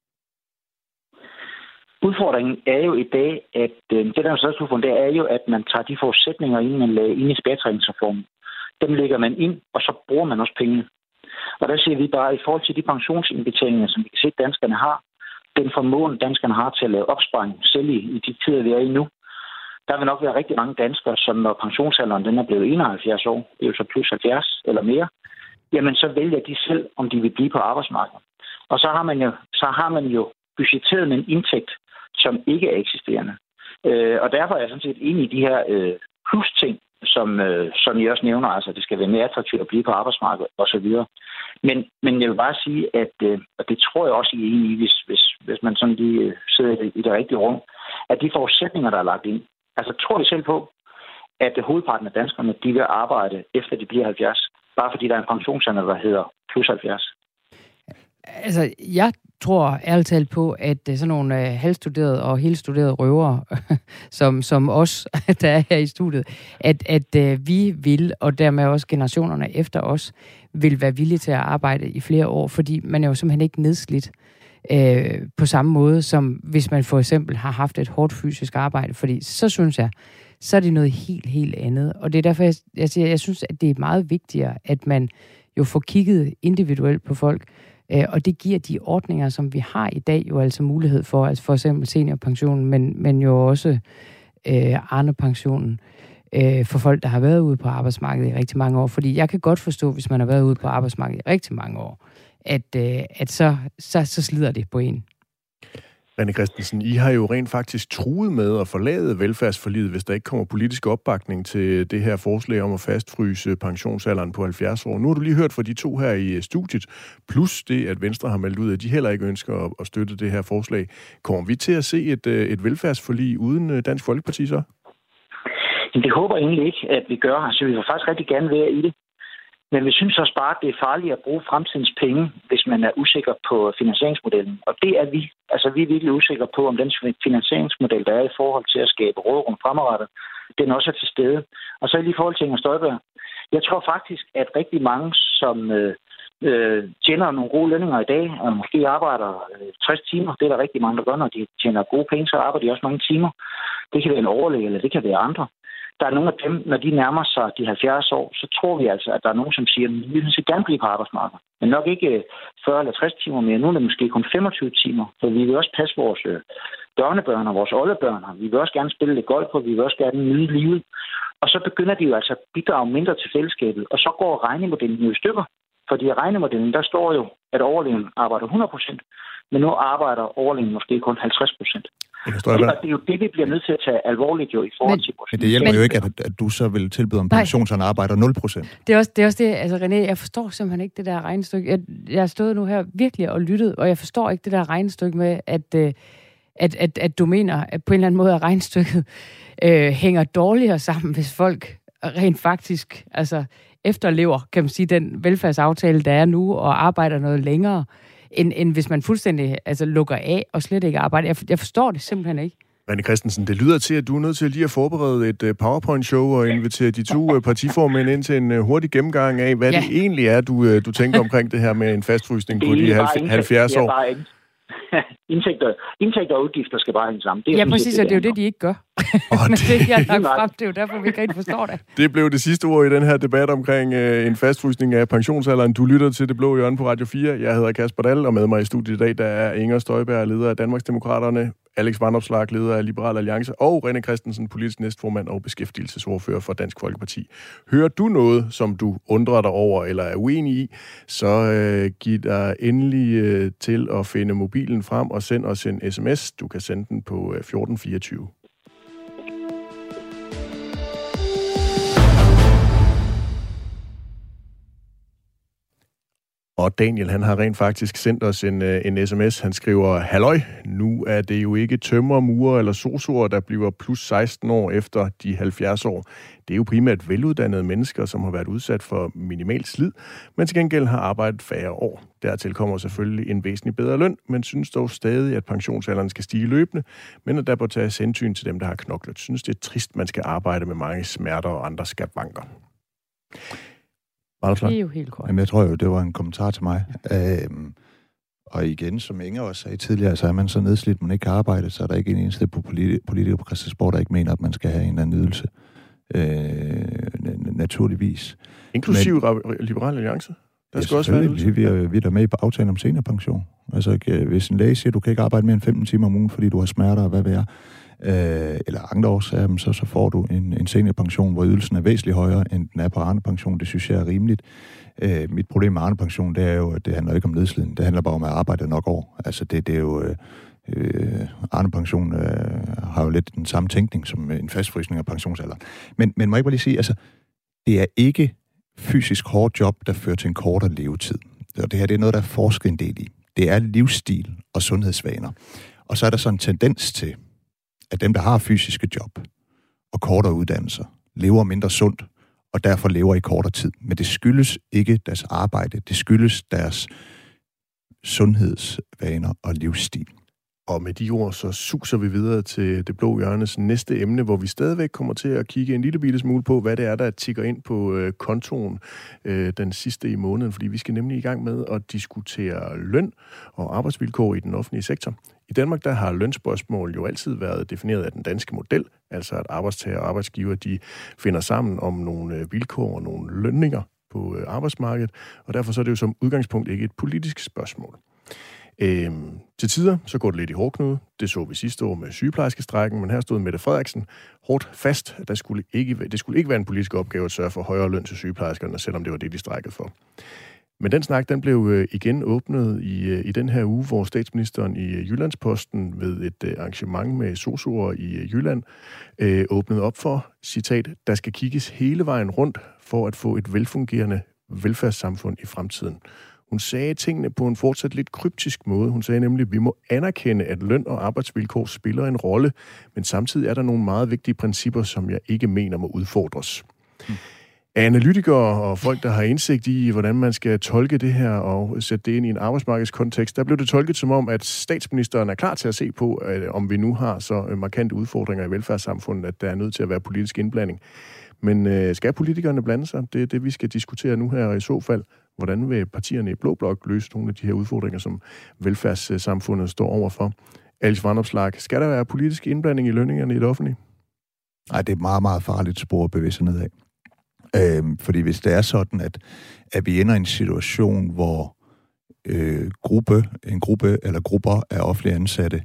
Udfordringen er jo i dag, at det der er største udfordring, det er jo, at man tager de forudsætninger, inden man lader ind i tilbagetrækningsreformen. Dem lægger man ind, og så bruger man også pengene. Og der siger vi bare, i forhold til de pensionsindbetalinger, som vi kan se, at danskerne har, den formåen, danskerne har til at lave opsparing, selv i de tider, vi er i nu, der vil nok være rigtig mange danskere, som når pensionsalderen den er blevet 71 år, det er jo så plus 70 eller mere, jamen så vælger de selv, om de vil blive på arbejdsmarkedet. Og så har man jo budgetteret med en indtægt, som ikke er eksisterende. Og derfor er jeg sådan set enig i de her plus-ting, som I også nævner, altså det skal være mere attraktivt at blive på arbejdsmarkedet osv. Men jeg vil bare sige, at og det tror jeg også, I er enige i, hvis man sådan lige sidder i det rigtige rum, at de forudsætninger, der er lagt ind, altså tror I selv på, at hovedparten af danskerne, de vil arbejde efter de bliver 70, bare fordi der er en pensionsalder, der hedder plus 70? Altså, jeg tror ærligt talt på, at sådan nogle halvstuderede og helstuderede røvere, som os, der er her i studiet, at vi vil, og dermed også generationerne efter os, vil være villige til at arbejde i flere år, fordi man er jo simpelthen ikke nedslidt på samme måde, som hvis man for eksempel har haft et hårdt fysisk arbejde, fordi så synes jeg, så er det noget helt andet. Og det er derfor, jeg siger, jeg synes, at det er meget vigtigere, at man jo får kigget individuelt på folk, og det giver de ordninger, som vi har i dag, jo altså mulighed for, altså for eksempel seniorpensionen, men jo også Arne-pensionen for folk, der har været ude på arbejdsmarkedet i rigtig mange år. Fordi jeg kan godt forstå, hvis man har været ude på arbejdsmarkedet i rigtig mange år, at så slider det på en. René Christensen, I har jo rent faktisk truet med at forlade velfærdsforliget, hvis der ikke kommer politisk opbakning til det her forslag om at fastfryse pensionsalderen på 70 år. Nu har du lige hørt fra de to her i studiet, plus det, at Venstre har meldt ud, at de heller ikke ønsker at støtte det her forslag. Kommer vi til at se et velfærdsforlig uden Dansk Folkeparti så? Det håber jeg egentlig ikke, at vi gør. Altså, vi vil faktisk rigtig gerne være i det. Men vi synes også bare, at det er farligt at bruge fremtidens penge, hvis man er usikker på finansieringsmodellen. Og det er vi. Altså, vi er virkelig usikre på, om den finansieringsmodel, der er i forhold til at skabe råderum fremadrettet, den også er til stede. Og så lige i forhold til Inger Støjberg. Jeg tror faktisk, at rigtig mange, som tjener nogle gode lønninger i dag, og måske arbejder 60 timer, det er der rigtig mange, der gør, når de tjener gode penge, så arbejder de også mange timer. Det kan være en overlæge, eller det kan være andre. Der er nogle af dem, når de nærmer sig de 70 år, så tror vi altså, at der er nogen, som siger, at vi vil gerne blive på arbejdsmarkedet. Men nok ikke 40 eller 60 timer mere. Nu er det måske kun 25 timer, for vi vil også passe vores børnebørn og vores oldebørn. Vi vil også gerne spille lidt golf på, vi vil også gerne nyde livet. Og så begynder de jo altså at bidrage mindre til fællesskabet, og så går regnemodellen jo i stykker. Fordi i regnemodellen, der står jo, at overlægen arbejder 100%, men nu arbejder overlægen måske kun 50%. Og det er jo det, vi bliver nødt til at tage alvorligt jo i forhold til vores... Men det hjælper jo ikke, at du så vil tilbyde om pension, så han arbejder 0%. Det er også det, altså René, jeg forstår simpelthen ikke det der regnestykke. Jeg har stået nu her virkelig og lyttet, og jeg forstår ikke det der regnestykke med, at du mener, at på en eller anden måde, at regnestykket hænger dårligere sammen, hvis folk rent faktisk efterlever, kan man sige, den velfærdsaftale, der er nu, og arbejder noget længere, end hvis man fuldstændig lukker af og slet ikke arbejder. Jeg forstår det simpelthen ikke. René Christensen, det lyder til, at du er nødt til lige at forberede et PowerPoint-show og invitere de to partiformænd ind til en hurtig gennemgang af, hvad det egentlig er, du tænker omkring det her med en fastfrysning på de 70 år. Indtægter og udgifter skal bare hænge sammen. Ja, præcis, og det er jo det, de ikke gør. Men det jeg har lagt frem, det er jo derfor, vi ikke rigtig forstår det. Det blev det sidste ord i den her debat omkring en fastfrysning af pensionsalderen. Du lytter til Det Blå Hjørne på Radio 4. Jeg hedder Kasper Dahl, og med mig i studiet i dag, der er Inger Støjberg, leder af Danmarksdemokraterne, Alex Vanopslagh, leder af Liberal Alliance, og René Christensen, politisk næstformand og beskæftigelsesordfører for Dansk Folkeparti. Hører du noget, som du undrer dig over eller er uenig i, så giv dig endelig til at finde mobilen frem og send os en sms. Du kan sende den på 1424. Og Daniel, han har rent faktisk sendt os en sms. Han skriver, halløj, nu er det jo ikke tømrer, murer eller sosuer, der bliver plus 16 år efter de 70 år. Det er jo primært veluddannede mennesker, som har været udsat for minimal slid, men til gengæld har arbejdet færre år. Dertil kommer selvfølgelig en væsentlig bedre løn, men synes dog stadig, at pensionsalderen skal stige løbende, men at der bør tages hensyn til dem, der har knoklet. Synes det er trist, man skal arbejde med mange smerter og andre skavanker. Det er jo helt korrekt. Jamen, jeg tror jo, det var en kommentar til mig. Og igen, som Inger også sagde tidligere, så er man så nedslidt, man ikke kan arbejde, så er der ikke en eneste politiker på Christiansborg, der ikke mener, at man skal have en eller anden ydelse. Naturligvis. Inklusive Liberal Alliance? Der skal også være ydelse. Vi er der med på aftalen om seniorpension. Altså, hvis en læge siger, at du kan ikke arbejde mere end 15 timer om ugen, fordi du har smerter og hvad ved jeg, eller andre årsager, så får du en seniorpension, hvor ydelsen er væsentligt højere, end den er på Arnepension. Det synes jeg er rimeligt. Mit problem med Arnepension, det er jo, at det handler ikke om nedslidning. Det handler bare om at arbejde nok år. Altså, det er jo... Arnepension har jo lidt den samme tænkning som en fastfrysning af pensionsalderen. Men må jeg bare lige sige, altså, det er ikke fysisk hårdt job, der fører til en kortere levetid. Og det her, det er noget, der er forsket en del i. Det er livsstil og sundhedsvaner. Og så er der sådan en tendens til, at dem, der har fysiske job og kortere uddannelser, lever mindre sundt, og derfor lever i kortere tid. Men det skyldes ikke deres arbejde, det skyldes deres sundhedsvaner og livsstil. Og med de ord, så suser vi videre til Det Blå Hjørnes næste emne, hvor vi stadigvæk kommer til at kigge en lille bitte smule på, hvad det er, der tikker ind på kontoen den sidste i måneden. Fordi vi skal nemlig i gang med at diskutere løn og arbejdsvilkår i den offentlige sektor. I Danmark, der har lønspørgsmål jo altid været defineret af den danske model, altså at arbejdstager og arbejdsgiver, de finder sammen om nogle vilkår og nogle lønninger på arbejdsmarkedet, og derfor så er det jo som udgangspunkt ikke et politisk spørgsmål. Til tider, så går det lidt i hårdknude. Det så vi sidste år med sygeplejerskestrækken, men her stod Mette Frederiksen hårdt fast, at det skulle ikke være en politisk opgave at sørge for højere løn til sygeplejerskerne, selvom det var det, de strækkede for. Men den snak, den blev igen åbnet i den her uge, hvor statsministeren i Jyllandsposten ved et arrangement med sosuer i Jylland åbnede op for, citat, der skal kigges hele vejen rundt for at få et velfungerende velfærdssamfund i fremtiden. Hun sagde tingene på en fortsat lidt kryptisk måde. Hun sagde nemlig, at vi må anerkende, at løn og arbejdsvilkår spiller en rolle, men samtidig er der nogle meget vigtige principper, som jeg ikke mener må udfordres. analytikere og folk, der har indsigt i, hvordan man skal tolke det her og sætte det ind i en arbejdsmarkedskontekst, der blev det tolket som om, at statsministeren er klar til at se på, om vi nu har så markante udfordringer i velfærdssamfundet, at der er nødt til at være politisk indblanding. Men skal politikerne blande sig? Det er det, vi skal diskutere nu her, og i så fald, hvordan vil partierne i Blå Blok løse nogle af de her udfordringer, som velfærdssamfundet står overfor? Alex Vanopslagh, skal der være politisk indblanding i lønningerne i det offentlige? Nej, det er et meget, meget farligt spor at bevæge sig nedad. Fordi hvis det er sådan, at vi ender i en situation, hvor en gruppe eller grupper af offentlige ansatte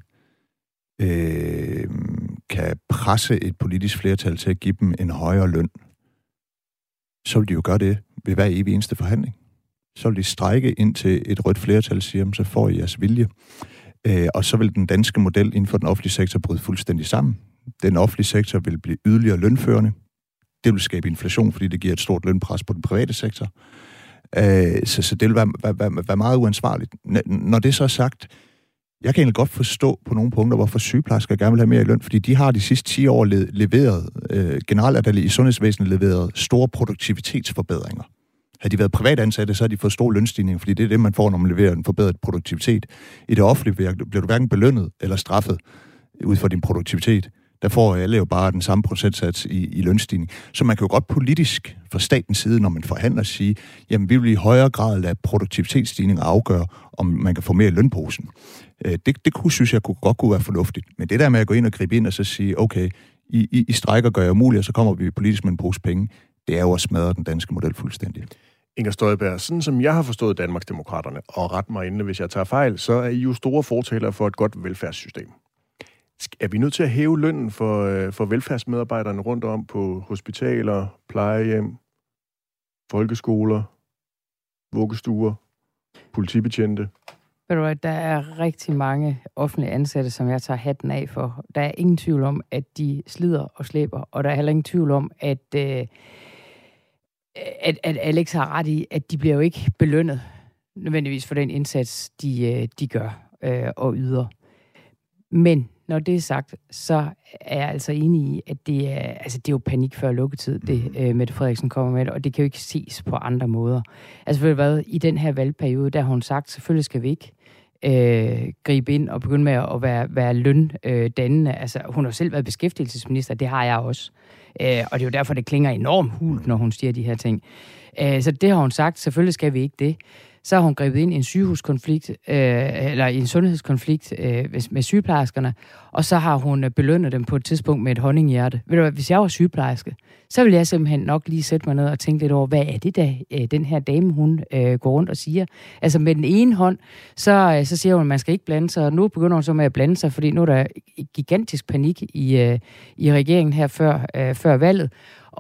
kan presse et politisk flertal til at give dem en højere løn, så vil de jo gøre det ved hver evig eneste forhandling. Så vil de strejke indtil et rødt flertal siger, så får I jeres vilje. Og så vil den danske model inden for den offentlige sektor bryde fuldstændig sammen. Den offentlige sektor vil blive yderligere lønførende. Det vil skabe inflation, fordi det giver et stort lønpres på den private sektor. Så det vil være meget uansvarligt. Når det så er sagt, jeg kan egentlig godt forstå på nogle punkter, hvorfor sygeplejersker gerne vil have mere i løn, fordi de har de sidste 10 år leveret, generelt er der i sundhedsvæsenet leveret store produktivitetsforbedringer. Har de været privatansatte, så har de fået store lønstigninger, fordi det er det, man får, når man leverer en forbedret produktivitet. I det offentlige bliver du hverken belønnet eller straffet ud fra din produktivitet. Der får alle jo bare den samme procentsats i lønstigning. Så man kan jo godt politisk fra statens side, når man forhandler, sige, jamen vi vil i højere grad lade produktivitetsstigninger afgøre, om man kan få mere i lønposen. Det synes jeg godt kunne være fornuftigt. Men det der med at gå ind og gribe ind og så sige, okay, I strækker gør jeg umuligt, og så kommer vi politisk med en pose penge, det er jo at smadre den danske model fuldstændig. Inger Støjberg, sådan som jeg har forstået Danmarksdemokraterne, og ret mig inden, hvis jeg tager fejl, så er I jo store fortalere for et godt velfærdssystem. Er vi nødt til at hæve lønnen for velfærdsmedarbejderne rundt om på hospitaler, plejehjem, folkeskoler, vuggestuer, politibetjente? Ved du hvad, der er rigtig mange offentlige ansatte, som jeg tager hatten af for. Der er ingen tvivl om, at de slider og slæber, og der er heller ingen tvivl om, at Alex har ret i, at de bliver jo ikke belønnet nødvendigvis for den indsats, de gør og yder. Men når det er sagt, så er jeg altså enig i, at det er jo panik før lukketid, det Mette Frederiksen kommer med, og det kan jo ikke ses på andre måder. Altså ved du hvad, i den her valgperiode, der har hun sagt, selvfølgelig skal vi ikke gribe ind og begynde med at være løndannende. Altså hun har selv været beskæftigelsesminister, det har jeg også. Og det er jo derfor, det klinger enormt hult, når hun siger de her ting. Så det har hun sagt, selvfølgelig skal vi ikke det. Så har hun grebet ind i en sygehuskonflikt, eller i en sundhedskonflikt med sygeplejerskerne, og så har hun belønnet dem på et tidspunkt med et honninghjerte. Ved du hvad, hvis jeg var sygeplejerske, så ville jeg simpelthen nok lige sætte mig ned og tænke lidt over, hvad er det da, den her dame, hun går rundt og siger. Altså med den ene hånd, så siger hun, at man skal ikke blande sig, og nu begynder hun så med at blande sig, fordi nu er der gigantisk panik i regeringen her før valget.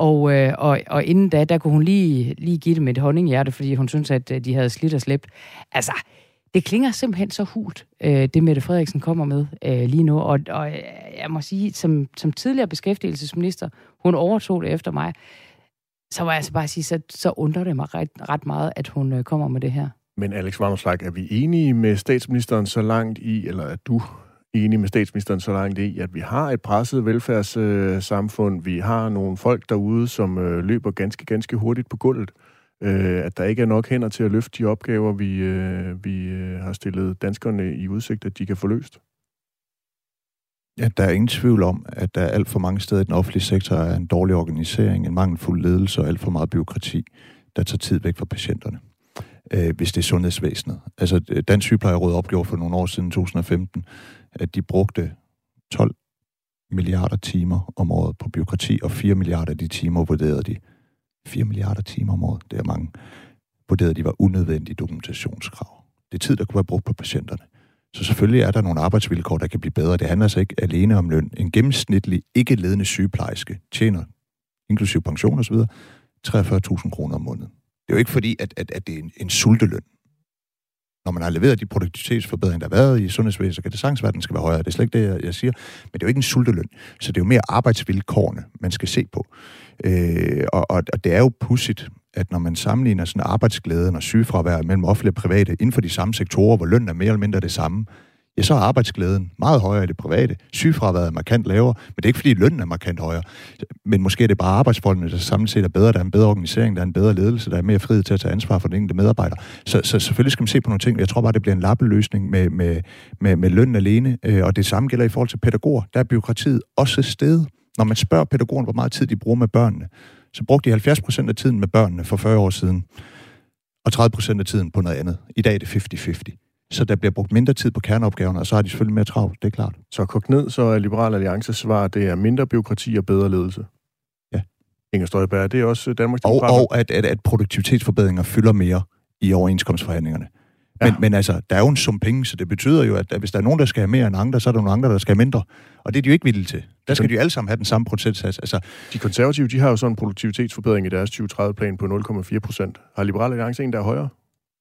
Og inden da kunne hun lige give dem et honninghjerte, fordi hun synes, at de havde slidt og slæbt. Altså, det klinger simpelthen så hult, det Mette Frederiksen kommer med lige nu. Og jeg må sige, som tidligere beskæftigelsesminister, hun overtog det efter mig, så må jeg altså bare sige, så undrer det mig ret meget, at hun kommer med det her. Men Alex Vanopslagh, er vi enige med statsministeren så langt i, eller er du enig med statsministeren så langt i, at vi har et presset velfærdssamfund, vi har nogle folk derude, som løber ganske hurtigt på gulvet, at der ikke er nok hænder til at løfte de opgaver, vi har stillet danskerne i udsigt, at de kan få løst? Ja, der er ingen tvivl om, at der er alt for mange steder i den offentlige sektor er en dårlig organisering, en mangelfuld ledelse og alt for meget byråkrati, der tager tid væk fra patienterne, hvis det er sundhedsvæsenet. Altså, Dansk Sygeplejeråd opgjorde for nogle år siden, 2015, at de brugte 12 milliarder timer om året på byråkrati, og 4 milliarder af de timer vurderede de. 4 milliarder timer om året, det er mange. Vurderede de var unødvendige dokumentationskrav. Det er tid, der kunne være brugt på patienterne. Så selvfølgelig er der nogle arbejdsvilkår, der kan blive bedre. Det handler altså ikke alene om løn. En gennemsnitlig, ikke-ledende sygeplejerske tjener, inklusive pension osv., 43.000 kroner om måneden. Det er jo ikke fordi, at det er en sulteløn. Når man har leveret de produktivitetsforbedringer, der har været i sundhedsvæsenet, så kan det sagtens være, at den skal være højere. Det er slet ikke det, jeg siger. Men det er jo ikke en sulteløn. Så det er jo mere arbejdsvilkårene, man skal se på. Og det er jo pudsigt, at når man sammenligner sådan arbejdsglæden og sygefravær mellem offentlige og private inden for de samme sektorer, hvor lønnen er mere eller mindre det samme, ja, så er arbejdsglæden meget højere i det private. Sygefraværet er markant lavere, men det er ikke fordi lønnen er markant højere. Men måske er det bare arbejdsforholdene, der samlet set er bedre, der er en bedre organisering, der er en bedre ledelse, der er mere frihed til at tage ansvar for den enkelte medarbejder. Så selvfølgelig skal man se på nogle ting. Jeg tror bare, det bliver en lappeløsning med løn alene, og det samme gælder i forhold til pædagoger. Der er bureaukratiet også steget. Når man spørger pædagogerne, hvor meget tid de bruger med børnene, så brugte de 70% af tiden med børnene for 40 år siden, og 30% af tiden på noget andet. I dag er det 50-50. Så der bliver brugt mindre tid på kerneopgaverne, og så har de selvfølgelig mere travlt, det er klart. Så kogt ned, så er Liberal Alliances svar, det er mindre bureaukrati og bedre ledelse. Ja. Inger Støjberg, det er også Danmarksdemokraterne. Og at produktivitetsforbedringer fylder mere i overenskomstforhandlingerne. Men altså, der er jo en sum penge, så det betyder jo, at hvis der er nogen, der skal have mere end andre, så er der nogle andre, der skal have mindre. Og det er de jo ikke villige til. Der skal de jo alle sammen have den samme procentsats. Altså, de konservative, de har jo sådan en produktivitetsforbedring i deres 2030-plan på 0,4%. Har Liberal Alliance en, der er højere?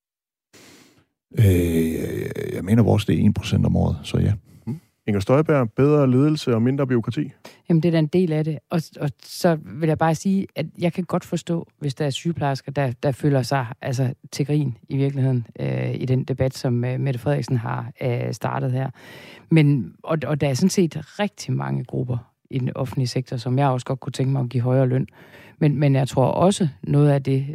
Jeg mener, vores det er 1% om året, så ja. Inger Støjberg, bedre ledelse og mindre bureaukrati? Jamen, det er da en del af det. Og så vil jeg bare sige, at jeg kan godt forstå, hvis der er sygeplejersker, der føler sig altså til grin i virkeligheden i den debat, som Mette Frederiksen har startet her. Men, og der er sådan set rigtig mange grupper i den offentlige sektor, som jeg også godt kunne tænke mig at give højere løn. Men jeg tror også, noget af det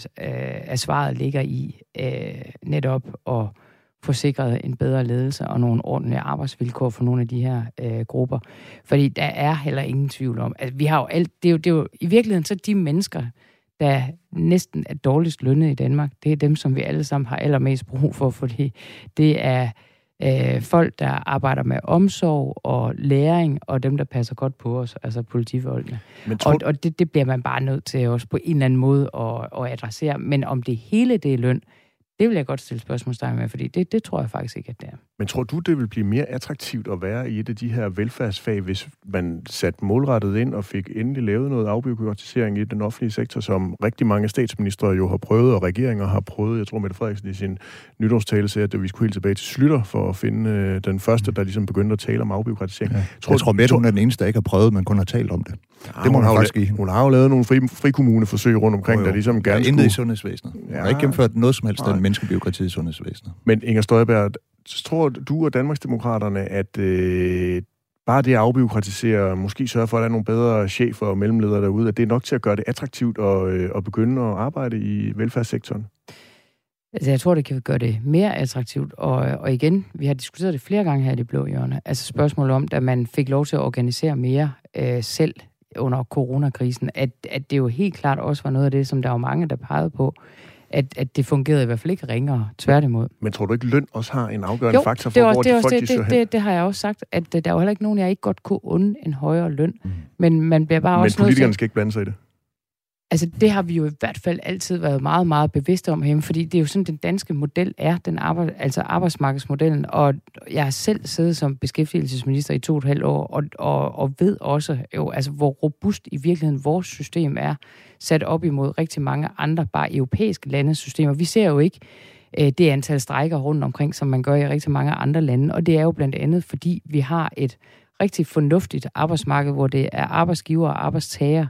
af svaret ligger i netop at få sikret en bedre ledelse og nogle ordentlige arbejdsvilkår for nogle af de her grupper. Fordi der er heller ingen tvivl om, at vi har jo alt, det er jo i virkeligheden så de mennesker, der næsten er dårligst lønnet i Danmark, det er dem, som vi alle sammen har allermest brug for, fordi det er folk, der arbejder med omsorg og læring, og dem, der passer godt på os, altså politifolkene. Og det bliver man bare nødt til også på en eller anden måde at adressere. Men om det hele det er løn, det vil jeg godt stille spørgsmålstegn med, fordi det tror jeg faktisk ikke, at det er. Men tror du, det vil blive mere attraktivt at være i et af de her velfærdsfag, hvis man satte målrettet ind og fik endelig lavet noget afbureaukratisering i den offentlige sektor, som rigtig mange statsministre jo har prøvet, og regeringer har prøvet? Jeg tror, Mette Frederiksen i sin nytårstale sagde, at vi skulle helt tilbage til Slytter for at finde den første, der ligesom begyndte at tale om afbureaukratisering. Ja. Jeg tror, Mette, hun er den eneste, der ikke har prøvet, men kun har talt om det. Ja, det må hun faktisk give. Hun har jo lavet nogle frikommuneforsøg rundt omkring, der ligesom gerne skulle... Intet i sundhedsvæsenet. Hun har ikke gennemført noget som helst af menneskebureaukrati i sundhedsvæsenet. Men Inger Støjberg, tror du og Danmarksdemokraterne, at bare det at afbureaukratisere, måske sørge for, at der er nogle bedre chefer og mellemledere derude, at det er nok til at gøre det attraktivt at begynde at arbejde i velfærdssektoren? Altså, jeg tror, det kan gøre det mere attraktivt. Og igen, vi har diskuteret det flere gange her i Det Blå Hjørne. Altså spørgsmålet om, da man fik lov til at organisere mere selv under coronakrisen, at det jo helt klart også var noget af det, som der var mange, der pegede på, at det fungerede i hvert fald ikke ringere, tværtimod. Men tror du ikke, løn også har en afgørende faktor for, hvor de folk søger hen? Det har jeg også sagt, at der er jo heller ikke nogen, jeg ikke godt kunne unde en højere løn. Men man bliver bare også... Men politikerne skal ikke blande sig i det? Altså, det har vi jo i hvert fald altid været meget, meget bevidste om hjemme, fordi det er jo sådan, den danske model er, altså arbejdsmarkedsmodellen, og jeg har selv siddet som beskæftigelsesminister i 2,5 år, og ved også jo, altså, hvor robust i virkeligheden vores system er, sat op imod rigtig mange andre, bare europæiske landes systemer. Vi ser jo ikke det antal strejker rundt omkring, som man gør i rigtig mange andre lande, og det er jo blandt andet, fordi vi har et rigtig fornuftigt arbejdsmarked, hvor det er arbejdsgiver og arbejdstager,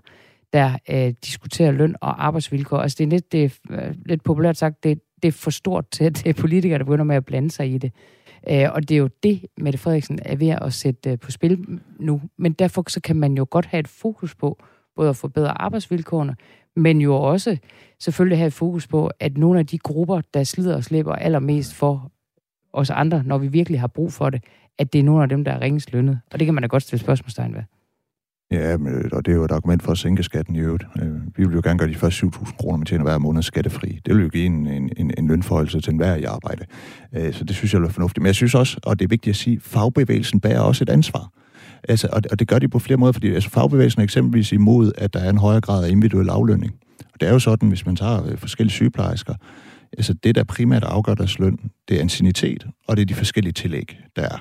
der diskuterer løn og arbejdsvilkår. Altså det er lidt populært sagt, det er for stort til, at det er politikere, der begynder med at blande sig i det. Og det er jo det, Mette Frederiksen er ved at sætte på spil nu. Men derfor så kan man jo godt have et fokus på, både at forbedre arbejdsvilkårene, men jo også selvfølgelig have et fokus på, at nogle af de grupper, der slider og slæber allermest for os andre, når vi virkelig har brug for det, at det er nogle af dem, der er ringest lønnet. Og det kan man da godt stille spørgsmålstegn ved. Ja, og det er jo et argument for at sænke skatten i øvrigt. Vi vil jo gerne gøre de første 7.000 kroner, man tjener hver måned skattefri. Det vil jo give en lønforhøjelse til enhver i arbejde. Så det synes jeg er fornuftigt. Men jeg synes også, og det er vigtigt at sige, fagbevægelsen bærer også et ansvar. Altså, og det gør de på flere måder, fordi altså, fagbevægelsen er eksempelvis imod, at der er en højere grad af individuel aflønning. Og det er jo sådan, hvis man tager forskellige sygeplejersker, altså det, der primært afgør deres løn, det er anciennitet, og det er de forskellige tillæg, der er.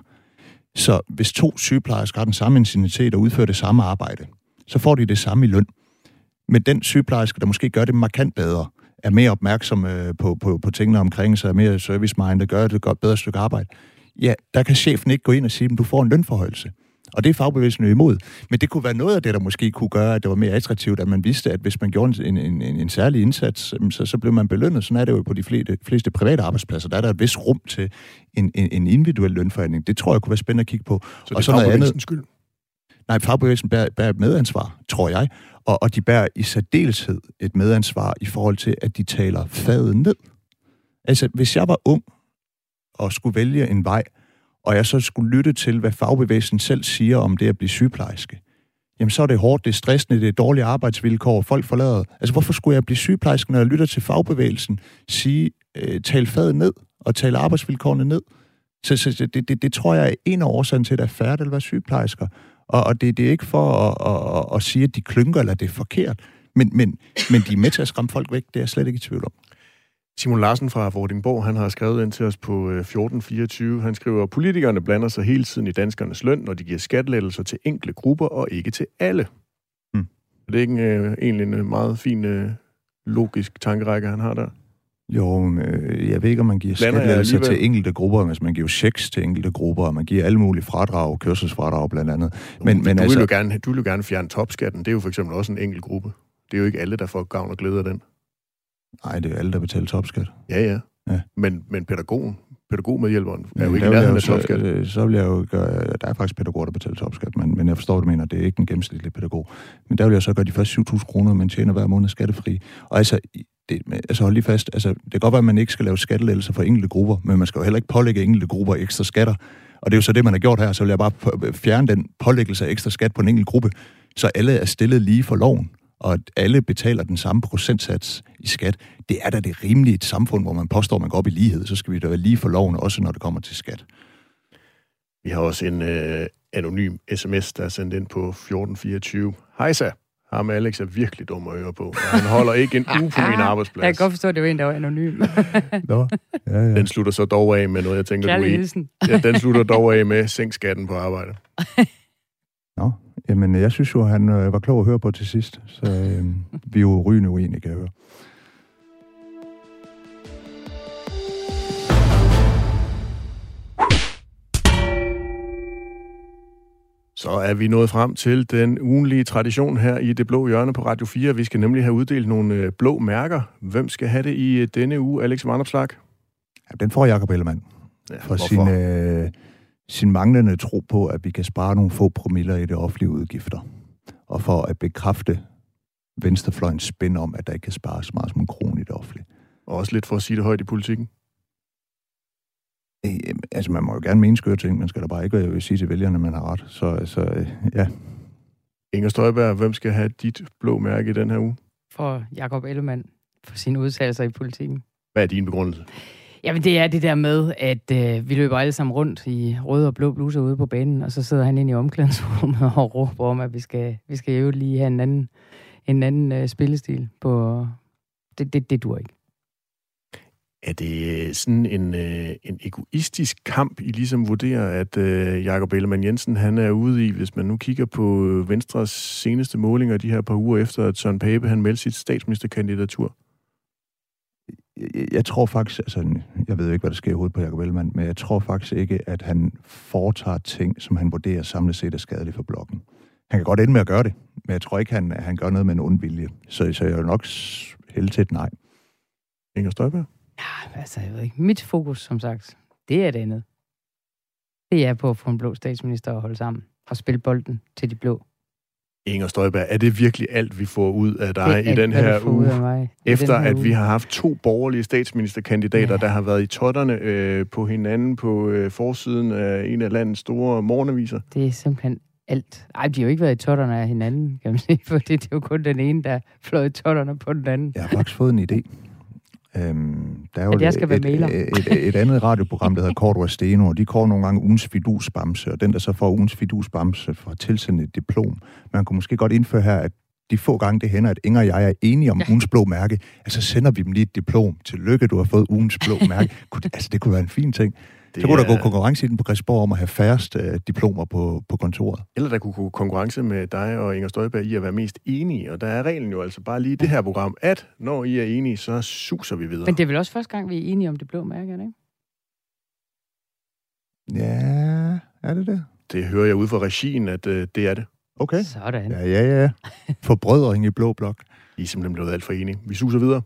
Så hvis 2 sygeplejersker har den samme anciennitet og udfører det samme arbejde, så får de det samme i løn. Men den sygeplejerske, der måske gør det markant bedre, er mere opmærksom på tingene omkring sig, er mere service-minded, gør det godt bedre stykke arbejde, ja, der kan chefen ikke gå ind og sige, at du får en lønforhøjelse. Og det er fagbevægelsen jo imod. Men det kunne være noget af det, der måske kunne gøre, at det var mere attraktivt, at man vidste, at hvis man gjorde en særlig indsats, så blev man belønnet. Sådan er det jo på de fleste private arbejdspladser. Der er et vis rum til en individuel lønforhandling. Det tror jeg kunne være spændende at kigge på. Så det er fagbevægelsens skyld? Nej, fagbevægelsen bærer et medansvar, tror jeg. Og de bærer i særdeleshed et medansvar i forhold til, at de taler faget ned. Altså, hvis jeg var ung og skulle vælge en vej, og jeg så skulle lytte til, hvad fagbevægelsen selv siger om det at blive sygeplejerske, jamen så er det hårdt, det er stressende, det er dårlige arbejdsvilkår, folk forlader. Altså, hvorfor skulle jeg blive sygeplejerske, når jeg lytter til fagbevægelsen tale faget ned og tale arbejdsvilkårene ned? Så det tror jeg er en af årsagen til, at det er færdigt at være sygeplejersker. Og det er ikke for at sige, at de klynker, eller det er forkert. Men de er med til at skræmme folk væk, det er jeg slet ikke i tvivl om. Simon Larsen fra Vordingborg, han har skrevet ind til os på 1424. Han skriver, politikerne blander sig hele tiden i danskernes løn, når de giver skattelettelser til enkelte grupper og ikke til alle. Det er ikke egentlig en meget fin logisk tankerække, han har der. Jo, jeg ved ikke, om man giver skattelettelser til enkelte grupper, hvis man giver checks til enkelte grupper, og man giver alle mulige fradrag, kørselsfradrag blandt andet. Men du vil jo gerne fjerne topskatten. Det er jo for eksempel også en enkelt gruppe. Det er jo ikke alle, der får gavn og glæde af den. Nej, det er jo alle, der betaler topskat. Ja. Men pædagogmedhjælperen er jo ikke nærheden af topskat. Så vil jeg jo gøre, der er faktisk pædagoger, der betaler topskat, men jeg forstår, du mener, det er ikke en gennemsnitlig pædagog. Men der vil jeg så gøre de første 7.000 kroner, man tjener hver måned skattefri. Og hold lige fast, det kan godt være, at man ikke skal lave skattelettelser for enkelte grupper, men man skal jo heller ikke pålægge enkelte grupper ekstra skatter. Og det er jo så det, man har gjort her, så vil jeg bare fjerne den pålæggelse af ekstra skat på en enkelt gruppe, så alle er stillet lige for loven, og at alle betaler den samme procentsats i skat. Det er da det rimelige i et samfund, hvor man påstår, at man går op i lighed, så skal vi da være lige for loven, også når det kommer til skat. Vi har også en anonym sms, der er sendt ind på 1424. Hejsa! Ham Alex er virkelig dum at høre på. Han holder ikke en uge på min arbejdsplads. Jeg kan godt forstå, at det var en, der var anonym. Nå, ja. Den slutter så dog af med noget, jeg tænker, den slutter dog af med sænk skatten på arbejde. Nå, jamen jeg synes jo, han var klog at høre på til sidst. Så vi er jo rygende uenige, kan jeg høre. Så er vi nået frem til den ugenlige tradition her i Det Blå Hjørne på Radio 4. Vi skal nemlig have uddelt nogle blå mærker. Hvem skal have det i denne uge, Alex Vanopslagh? Ja, den får Jakob Ellemann. Ja, for sin manglende tro på, at vi kan spare nogle få promiller i det offentlige udgifter. Og for at bekræfte venstrefløjens spin om, at der ikke kan spares meget som en krone i det offentlige. Og også lidt for at sige det højt i politikken. Altså, man må jo gerne mene skøre ting, man skal da bare ikke sige til vælgerne, man har ret. Så ja. Inger Støjberg, hvem skal have dit blå mærke i den her uge? For Jakob Ellemann, for sine udtalelser i politikken. Hvad er din begrundelse? Jamen, det er det der med, at vi løber alle sammen rundt i røde og blå bluser ude på banen, og så sidder han inde i omklædningsrummet og råber om, at vi skal jo lige have en anden spillestil på. Det dur ikke. Er det sådan en egoistisk kamp, I ligesom vurderer, at Jakob Ellemann-Jensen han er ude i, hvis man nu kigger på Venstres seneste målinger de her par uger efter, at Søren Pape han meldte sit statsministerkandidatur? Jeg tror faktisk, jeg ved ikke, hvad der sker i hovedet på Jakob Ellemann, men jeg tror faktisk ikke, at han foretager ting, som han vurderer samlet set er skadeligt for blokken. Han kan godt ende med at gøre det, men jeg tror ikke, han gør noget med en ond vilje. Så jeg vil nok hælde til et nej. Inger Støjberg? Ja, jeg ved ikke. Mit fokus, som sagt, det er det andet. Det er på at få en blå statsminister at holde sammen og spille bolden til de blå. Inger Støjberg, er det virkelig alt, vi får ud af dig i den her uge? Efter at vi har haft 2 borgerlige statsministerkandidater, der har været i totterne på hinanden på forsiden af en af landets store morgenaviser? Det er simpelthen alt. Ej, de har jo ikke været i totterne af hinanden, kan man sige, for det er jo kun den ene, der fløj i totterne på den anden. Jeg har faktisk fået en idé. Der er jo et andet radioprogram, der hedder Kort og Steno, og de kårer nogle gange ugens fidusbamse, og den, der så får ugens fidusbamse, får tilsendt et diplom. Man kunne måske godt indføre her, at de få gange det hænder, at Inger og jeg er enige om ugens blå mærke, altså sender vi dem lige et diplom. Tillykke, du har fået ugens blå mærke. Det kunne være en fin ting. Så kunne der gå konkurrence i den på Christiansborg om at have færrest diplomer på kontoret. Eller der kunne gå konkurrence med dig og Inger Støjberg i at være mest enige. Og der er reglen jo altså bare lige det her program, at når I er enige, så suser vi videre. Men det er vel også første gang, vi er enige om det blå mærke, ikke? Ja, er det det? Det hører jeg ud fra regien, at det er det. Okay. Sådan. Ja. Forbrødring i blå blok. I er simpelthen blevet alt for enige. Vi suser videre.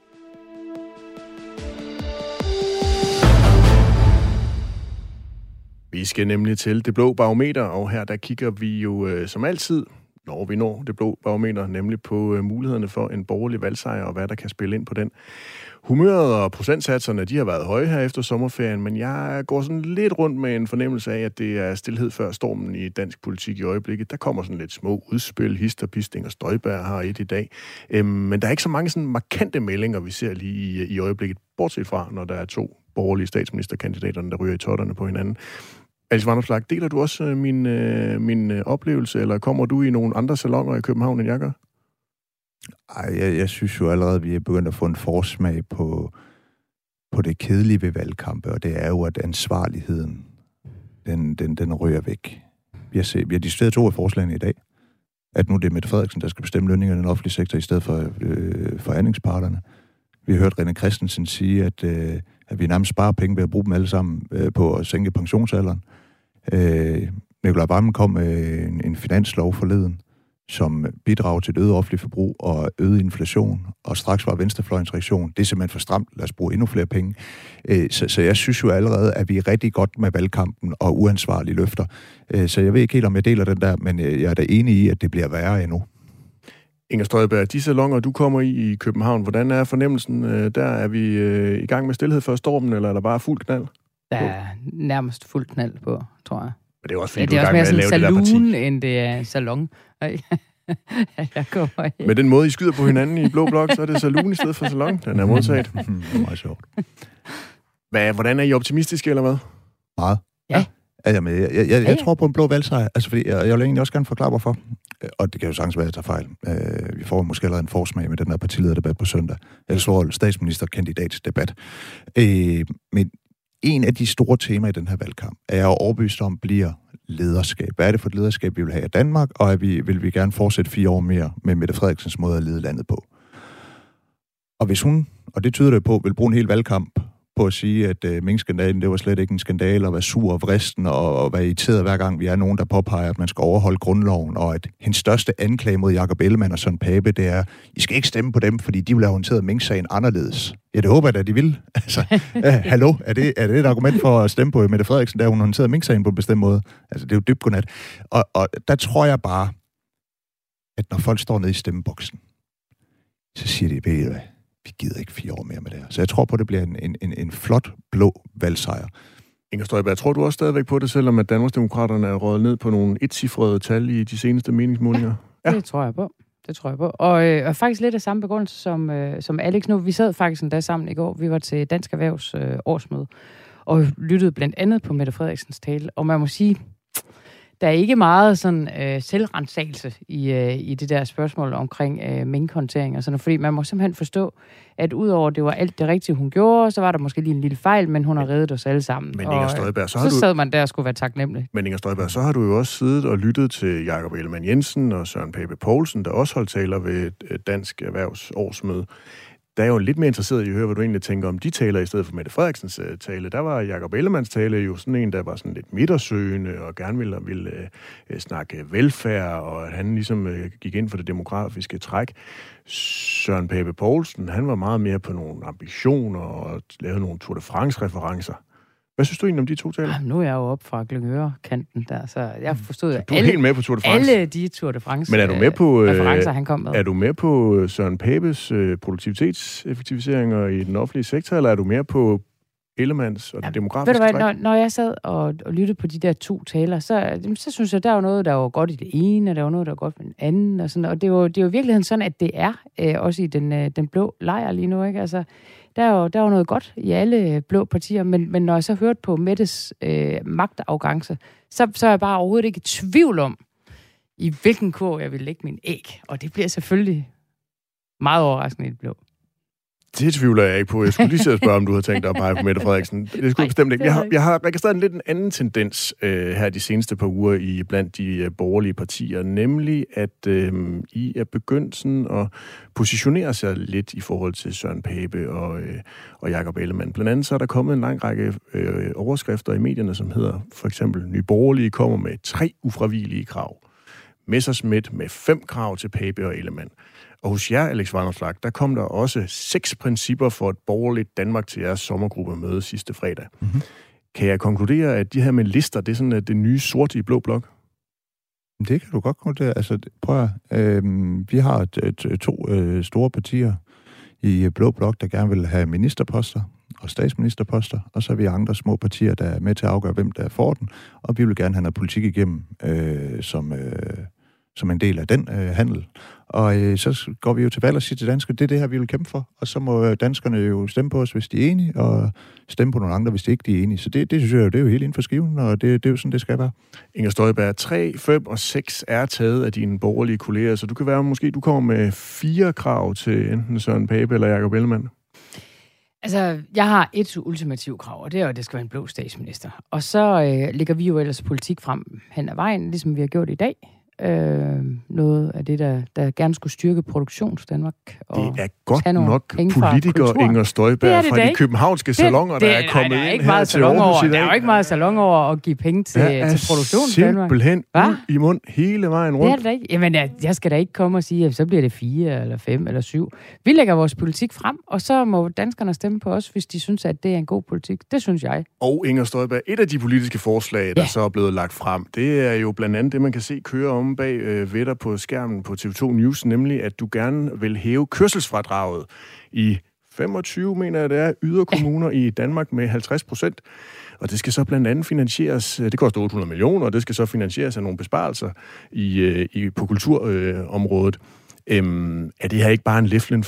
Vi skal nemlig til Det Blå Barometer, og her der kigger vi jo som altid, når vi når Det Blå Barometer, nemlig på mulighederne for en borgerlig valgsejr, og hvad der kan spille ind på den. Humøret og procentsatserne, de har været høje her efter sommerferien, men jeg går sådan lidt rundt med en fornemmelse af, at det er stilhed før stormen i dansk politik i øjeblikket. Der kommer sådan lidt små udspil, hist og pist, Inger Støjberg har et i dag. Men der er ikke så mange sådan markante meldinger, vi ser lige i øjeblikket, bortset fra, når der er 2 borgerlige statsministerkandidaterne, der ryger i totterne på hinanden. Alice Vanopslagh, deler du også min oplevelse, eller kommer du i nogle andre salonger i København, end jeg gør? Ej, jeg synes jo allerede, at vi er begyndt at få en forsmag på det kedelige ved valgkampe, og det er jo, at ansvarligheden, den ryger væk. Vi har diskuteret 2 af forslagene i dag. At nu det er Mette Frederiksen, der skal bestemme lønningerne i den offentlige sektor, i stedet for forhandlingsparterne. Vi har hørt René Christensen sige, at vi nærmest sparer penge ved at bruge dem alle sammen på at sænke pensionsalderen. Nicolai Wammen kom med en finanslov forleden, som bidrager til et øget offentligt forbrug og øget inflation, og straks var venstrefløjens reaktion, det er simpelthen for stramt, lad os bruge endnu flere penge. Så jeg synes jo allerede, at vi er rigtig godt med valgkampen og uansvarlige løfter. Så jeg ved ikke helt, om jeg deler den der, men jeg er da enig i, at det bliver værre endnu. Inger Støjberg, de salonger, du kommer i København, hvordan er fornemmelsen der? Er vi i gang med stilhed før stormen, eller er der bare fuld knald? Der er nærmest fuld knald på, tror jeg. Men det er også fordi, det er du er i gang med at lave det der parti. Det er også mere sådan saloon, end det er salon. Jeg kommer ind. Med den måde, I skyder på hinanden i blå blok, så er det saloon i stedet for salon. Den er modtaget. Det er meget sjovt. Hvordan er I optimistiske, eller hvad? Meget. Ja. Jeg tror på en blå valgsejr, altså fordi jeg vil egentlig også gerne forklare hvorfor. Og det kan jo sagtens være, at jeg tager fejl. Vi får måske allerede en forsmag med den der partilederdebat på søndag. Ellers får statsministerkandidatsdebat. Men en af de store temaer i den her valgkamp, er jeg overbevist om, bliver lederskab. Hvad er det for et lederskab, vi vil have i Danmark, og vil vi gerne fortsætte 4 år mere med Mette Frederiksens måde at lede landet på. Og hvis hun, og det tyder det på, vil bruge en hel valgkamp på at sige, at minkskandalen, det var slet ikke en skandale, og være sur og vristen, og være irriteret hver gang vi er nogen, der påpeger, at man skal overholde grundloven, og at hendes største anklage mod Jakob Ellemann og Søren Pape, det er, I skal ikke stemme på dem, fordi de vil have håndteret minksagen anderledes. Ja, det håber jeg da, de vil. Altså, hallo, er det et argument for at stemme på Mette Frederiksen, da hun håndterede minksagen på en bestemt måde? Altså, det er jo dybt godnat. Og der tror jeg bare, at når folk står nede i stemmeboksen, så siger de, ved I hvad? Vi gider ikke 4 år mere med det her. Så jeg tror på, at det bliver en flot blå valgsejr. Inger Støjberg, tror du også stadigvæk på det, selvom at Danmarksdemokraterne er røget ned på nogle etcifrede tal i de seneste meningsmålinger? Ja, det tror jeg på. Og faktisk lidt af samme begrundelse som Alex nu. Vi sad faktisk en dag sammen i går. Vi var til Dansk Erhvervs årsmøde og lyttede blandt andet på Mette Frederiksens tale. Og man må sige, der er ikke meget sådan selvrensagelse i det der spørgsmål omkring minkhåndtering og sådan noget, fordi man må simpelthen forstå, at udover det var alt det rigtige, hun gjorde, så var der måske lige en lille fejl, men hun har reddet os alle sammen. Men Inger Støjberg, så sad man der og skulle være taknemmelig. Men Inger Støjberg, så har du jo også siddet og lyttet til Jakob Ellemann Jensen og Søren Pape Poulsen, der også holdt taler ved Dansk Erhvervs årsmøde. Der er jo lidt mere interesseret i at høre, hvad du egentlig tænker om de taler i stedet for Mette Frederiksens tale. Der var Jakob Ellemanns tale jo sådan en, der var sådan lidt midtersøgende og gerne ville snakke velfærd, og at han ligesom gik ind for det demografiske træk. Søren Pape Poulsen, han var meget mere på nogle ambitioner og lavede nogle Tour de France-referencer. Hvad synes du egentlig om de 2 taler? Nu er jeg jo op fra Glyngøre-kanten der, så jeg forstod, at du er helt med på Tour de France. Alle de Tour de France Men er du med på, referencer, han kom med. Er du med på Søren Papes produktivitetseffektiviseringer i den offentlige sektor, eller er du mere på Ellemanns og det demografiske træk? Når jeg sad og lyttede på de der 2 taler, så synes jeg, der var noget, der var godt i det ene, og der var noget, der var godt med den anden, og sådan. Og det er jo i virkeligheden sådan, at det er også i den blå lejr lige nu, ikke? Altså, der er jo noget godt i alle blå partier, men når jeg så hørte på Mettes magtafgangse, så er jeg bare overhovedet ikke i tvivl om, i hvilken kurv jeg vil lægge min æg. Og det bliver selvfølgelig meget overraskende i det blå. Det tvivler jeg ikke på. Jeg skulle lige til at spørge, om du har tænkt dig at pege på Mette Frederiksen. Det skulle jeg bestemt ikke. Jeg har registreret en lidt en anden tendens her de seneste par uger i blandt de borgerlige partier, nemlig at I er begyndt sådan at positionere sig lidt i forhold til Søren Pape og Jakob Ellemann. Blandt andet så er der kommet en lang række overskrifter i medierne, som hedder for eksempel, Nye Borgerlige kommer med 3 ufravigelige krav. Messerschmidt med 5 krav til Pape og Ellemann. Og hos jer, Alex Vanopslagh, der kom der også 6 principper for et borgerligt Danmark til jeres sommergruppemøde sidste fredag. Mm-hmm. Kan jeg konkludere, at de her med lister, det er sådan det nye sorte i blå blok? Det kan du godt konkludere. Altså, prøv at, vi har 2 store partier i blå blok, der gerne vil have ministerposter og statsministerposter, og så er vi andre små partier, der er med til at afgøre, hvem der får den, og vi vil gerne have noget politik igennem, som en del af den handel. Og så går vi jo til valg og siger til danskerne, det er det her, vi vil kæmpe for. Og så må danskerne jo stemme på os, hvis de er enige, og stemme på nogle andre, hvis de ikke er enige. Så det synes jeg jo, det er jo helt inden for skiven, og det er jo sådan, det skal være. Inger Støjberg, 3, 5 og 6 er taget af dine borgerlige kolleger, så du kan være, måske du kommer med 4 krav til enten Søren Pape eller Jakob Ellemann. Altså, jeg har et ultimativt krav, og det er jo, at det skal være en blå statsminister. Og så lægger vi jo ellers politik frem hen ad vejen, ligesom vi har gjort i dag. Noget af det, der gerne skulle styrke produktionsdanmark. Og det er godt nok politikere, Inger Støjberg, fra de københavnske salonger, der er kommet ind her til Aarhus i dag. Der er jo ikke meget salon over at give penge til produktionsdanmark. Simpelthen i mund hele vejen rundt. Det er det da ikke. Jamen, jeg skal da ikke komme og sige, at så bliver det 4 eller 5 eller 7. Vi lægger vores politik frem, og så må danskerne stemme på os, hvis de synes, at det er en god politik. Det synes jeg. Og Inger Støjberg, et af de politiske forslag, der så er blevet lagt frem, det er jo blandt andet det, man kan se køre om bag ved dig på skærmen på TV2 News, nemlig at du gerne vil hæve kørselsfradraget i 25, mener jeg det er, yderkommuner i Danmark med 50%. Og det skal så blandt andet finansieres, det koster 800 millioner, og det skal så finansieres af nogle besparelser på kulturområdet. Er det her ikke bare en leflen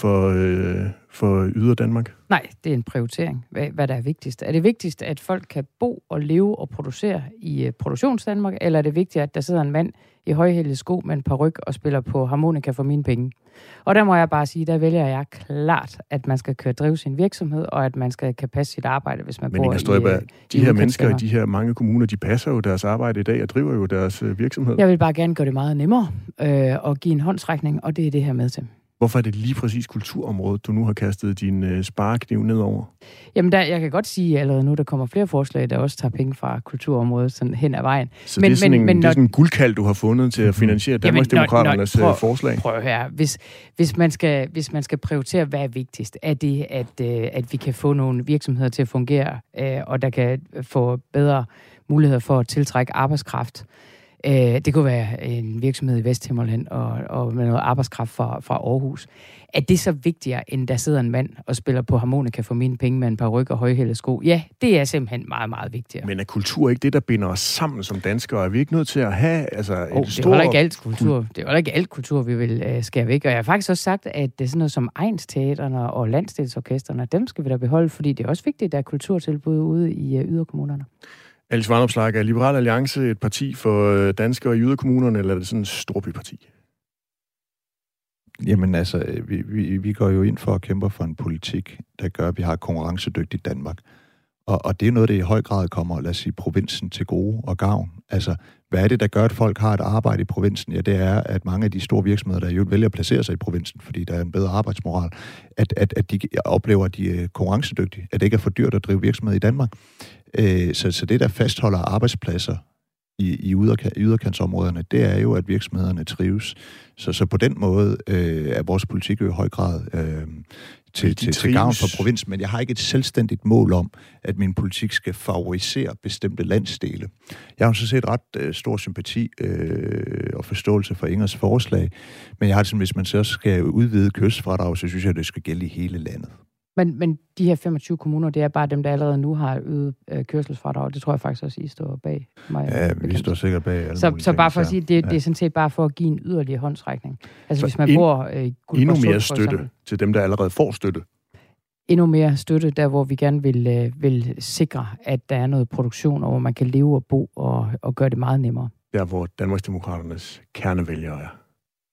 for yder Danmark? Nej, det er en prioritering, hvad der er vigtigst. Er det vigtigst, at folk kan bo og leve og producere i produktionsdanmark, eller er det vigtigt, at der sidder en mand i højhælede sko med en paryk og spiller på harmonika for mine penge? Og der må jeg bare sige, der vælger jeg klart, at man skal drive sin virksomhed, og at man skal kan passe sit arbejde, hvis man bor i de her mennesker i de her mange kommuner, de passer jo deres arbejde i dag og driver jo deres virksomhed. Jeg vil bare gerne gøre det meget nemmere og give en håndsrækning, og det er det her med til. Hvorfor er det lige præcis kulturområdet, du nu har kastet din sparekniv nedover? Jamen, jeg kan godt sige allerede nu, der kommer flere forslag, der også tager penge fra kulturområdet sådan hen ad vejen. Så det er sådan en guldkald, du har fundet til at finansiere Danmarksdemokraternes forslag? Prøv her. Hvis man skal prioritere, hvad er vigtigst, er det, at vi kan få nogle virksomheder til at fungere, og der kan få bedre muligheder for at tiltrække arbejdskraft. Det kunne være en virksomhed i Vesthimmerland og med noget arbejdskraft fra Aarhus. Er det så vigtigere, end der sidder en mand og spiller på harmonika for mine penge med en paryk og højhælede sko? Ja, det er simpelthen meget, meget vigtigere. Men er kultur ikke det, der binder os sammen som danskere? Er vi ikke nødt til at have det er heller ikke alt kultur. Det er heller ikke alt kultur, vi vil skære væk. Og jeg har faktisk også sagt, at det er sådan noget som egnsteaterne og landsdelsorkestrene, dem skal vi da beholde, fordi det er også vigtigt, at der er kulturtilbud ude i yderkommunerne. Alex Vanopslagh, er Liberal Alliance et parti for danskere i yderkommunerne, eller er det sådan et storbyparti? Jamen altså, vi går jo ind for at kæmpe for en politik, der gør, at vi har et konkurrencedygtigt Danmark. Og det er noget, der i høj grad kommer, lad os sige, provinsen til gode og gavn. Altså, hvad er det, der gør, at folk har et arbejde i provinsen? Ja, det er, at mange af de store virksomheder, der jo vælger at placere sig i provinsen, fordi der er en bedre arbejdsmoral, at de oplever, at de er konkurrencedygtige, at det ikke er for dyrt at drive virksomhed i Danmark. Så det, der fastholder arbejdspladser i yderkantsområderne, det er jo, at virksomhederne trives. Så på den måde er vores politik jo i høj grad til gavn for provinsen, men jeg har ikke et selvstændigt mål om, at min politik skal favorisere bestemte landsdele. Jeg har så set ret stor sympati og forståelse for Ingers forslag, men jeg har det sådan, hvis man så skal udvide kørselsfradrag, så synes jeg, at det skal gælde i hele landet. Men de her 25 kommuner, det er bare dem, der allerede nu har øget kørselsfradrag. Det tror jeg faktisk også, I står bag mig. Ja, vi står sikkert bag alle så bare for at sige, det er sådan set bare for at give en yderligere håndsrækning. Altså så hvis man bor i endnu mere støtte til dem, der allerede får støtte. Endnu mere støtte, der hvor vi gerne vil sikre, at der er noget produktion, og hvor man kan leve og bo og gøre det meget nemmere. Der hvor Danmarksdemokraternes kernevælgere er.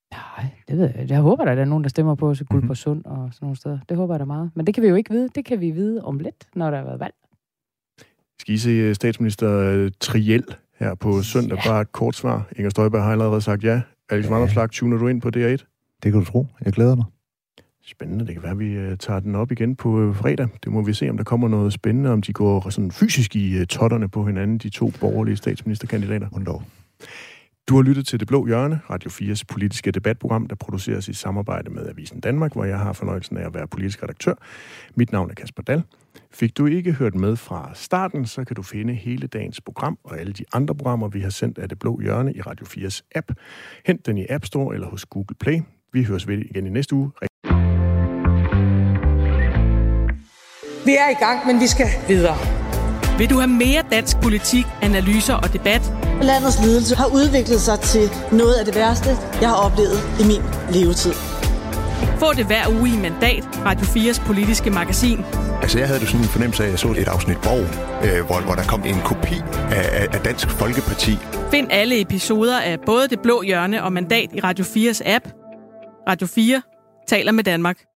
Nej, det ved jeg. Jeg håber, der er nogen, der stemmer på os i Guldborgsund og sådan nogle steder. Det håber jeg da meget. Men det kan vi jo ikke vide. Det kan vi vide om lidt, når der har været valg. Skal I se statsminister Triel her på søndag? Ja. Bare et kort svar. Inger Støjberg har allerede sagt ja. Alex Vanopslagh, tuner du ind på DR1? Det kan du tro. Jeg glæder mig. Spændende. Det kan være, at vi tager den op igen på fredag. Det må vi se, om der kommer noget spændende, om de går sådan fysisk i totterne på hinanden, de to borgerlige statsministerkandidater. Du har lyttet til Det Blå Hjørne, Radio 4's politiske debatprogram, der produceres i samarbejde med Avisen Danmark, hvor jeg har fornøjelsen af at være politisk redaktør. Mit navn er Kasper Dahl. Fik du ikke hørt med fra starten, så kan du finde hele dagens program og alle de andre programmer, vi har sendt af Det Blå Hjørne i Radio 4's app. Hent den i App Store eller hos Google Play. Vi høres ved igen i næste uge. Vi er i gang, men vi skal videre. Vil du have mere dansk politik, analyser og debat? Landets ledelse har udviklet sig til noget af det værste, jeg har oplevet i min levetid. Få det hver uge i Mandat, Radio 4's politiske magasin. Altså, jeg havde jo sådan en fornemmelse af, at jeg så et afsnit Borg, hvor der kom en kopi af Dansk Folkeparti. Find alle episoder af både Det Blå Hjørne og Mandat i Radio 4's app. Radio 4 taler med Danmark.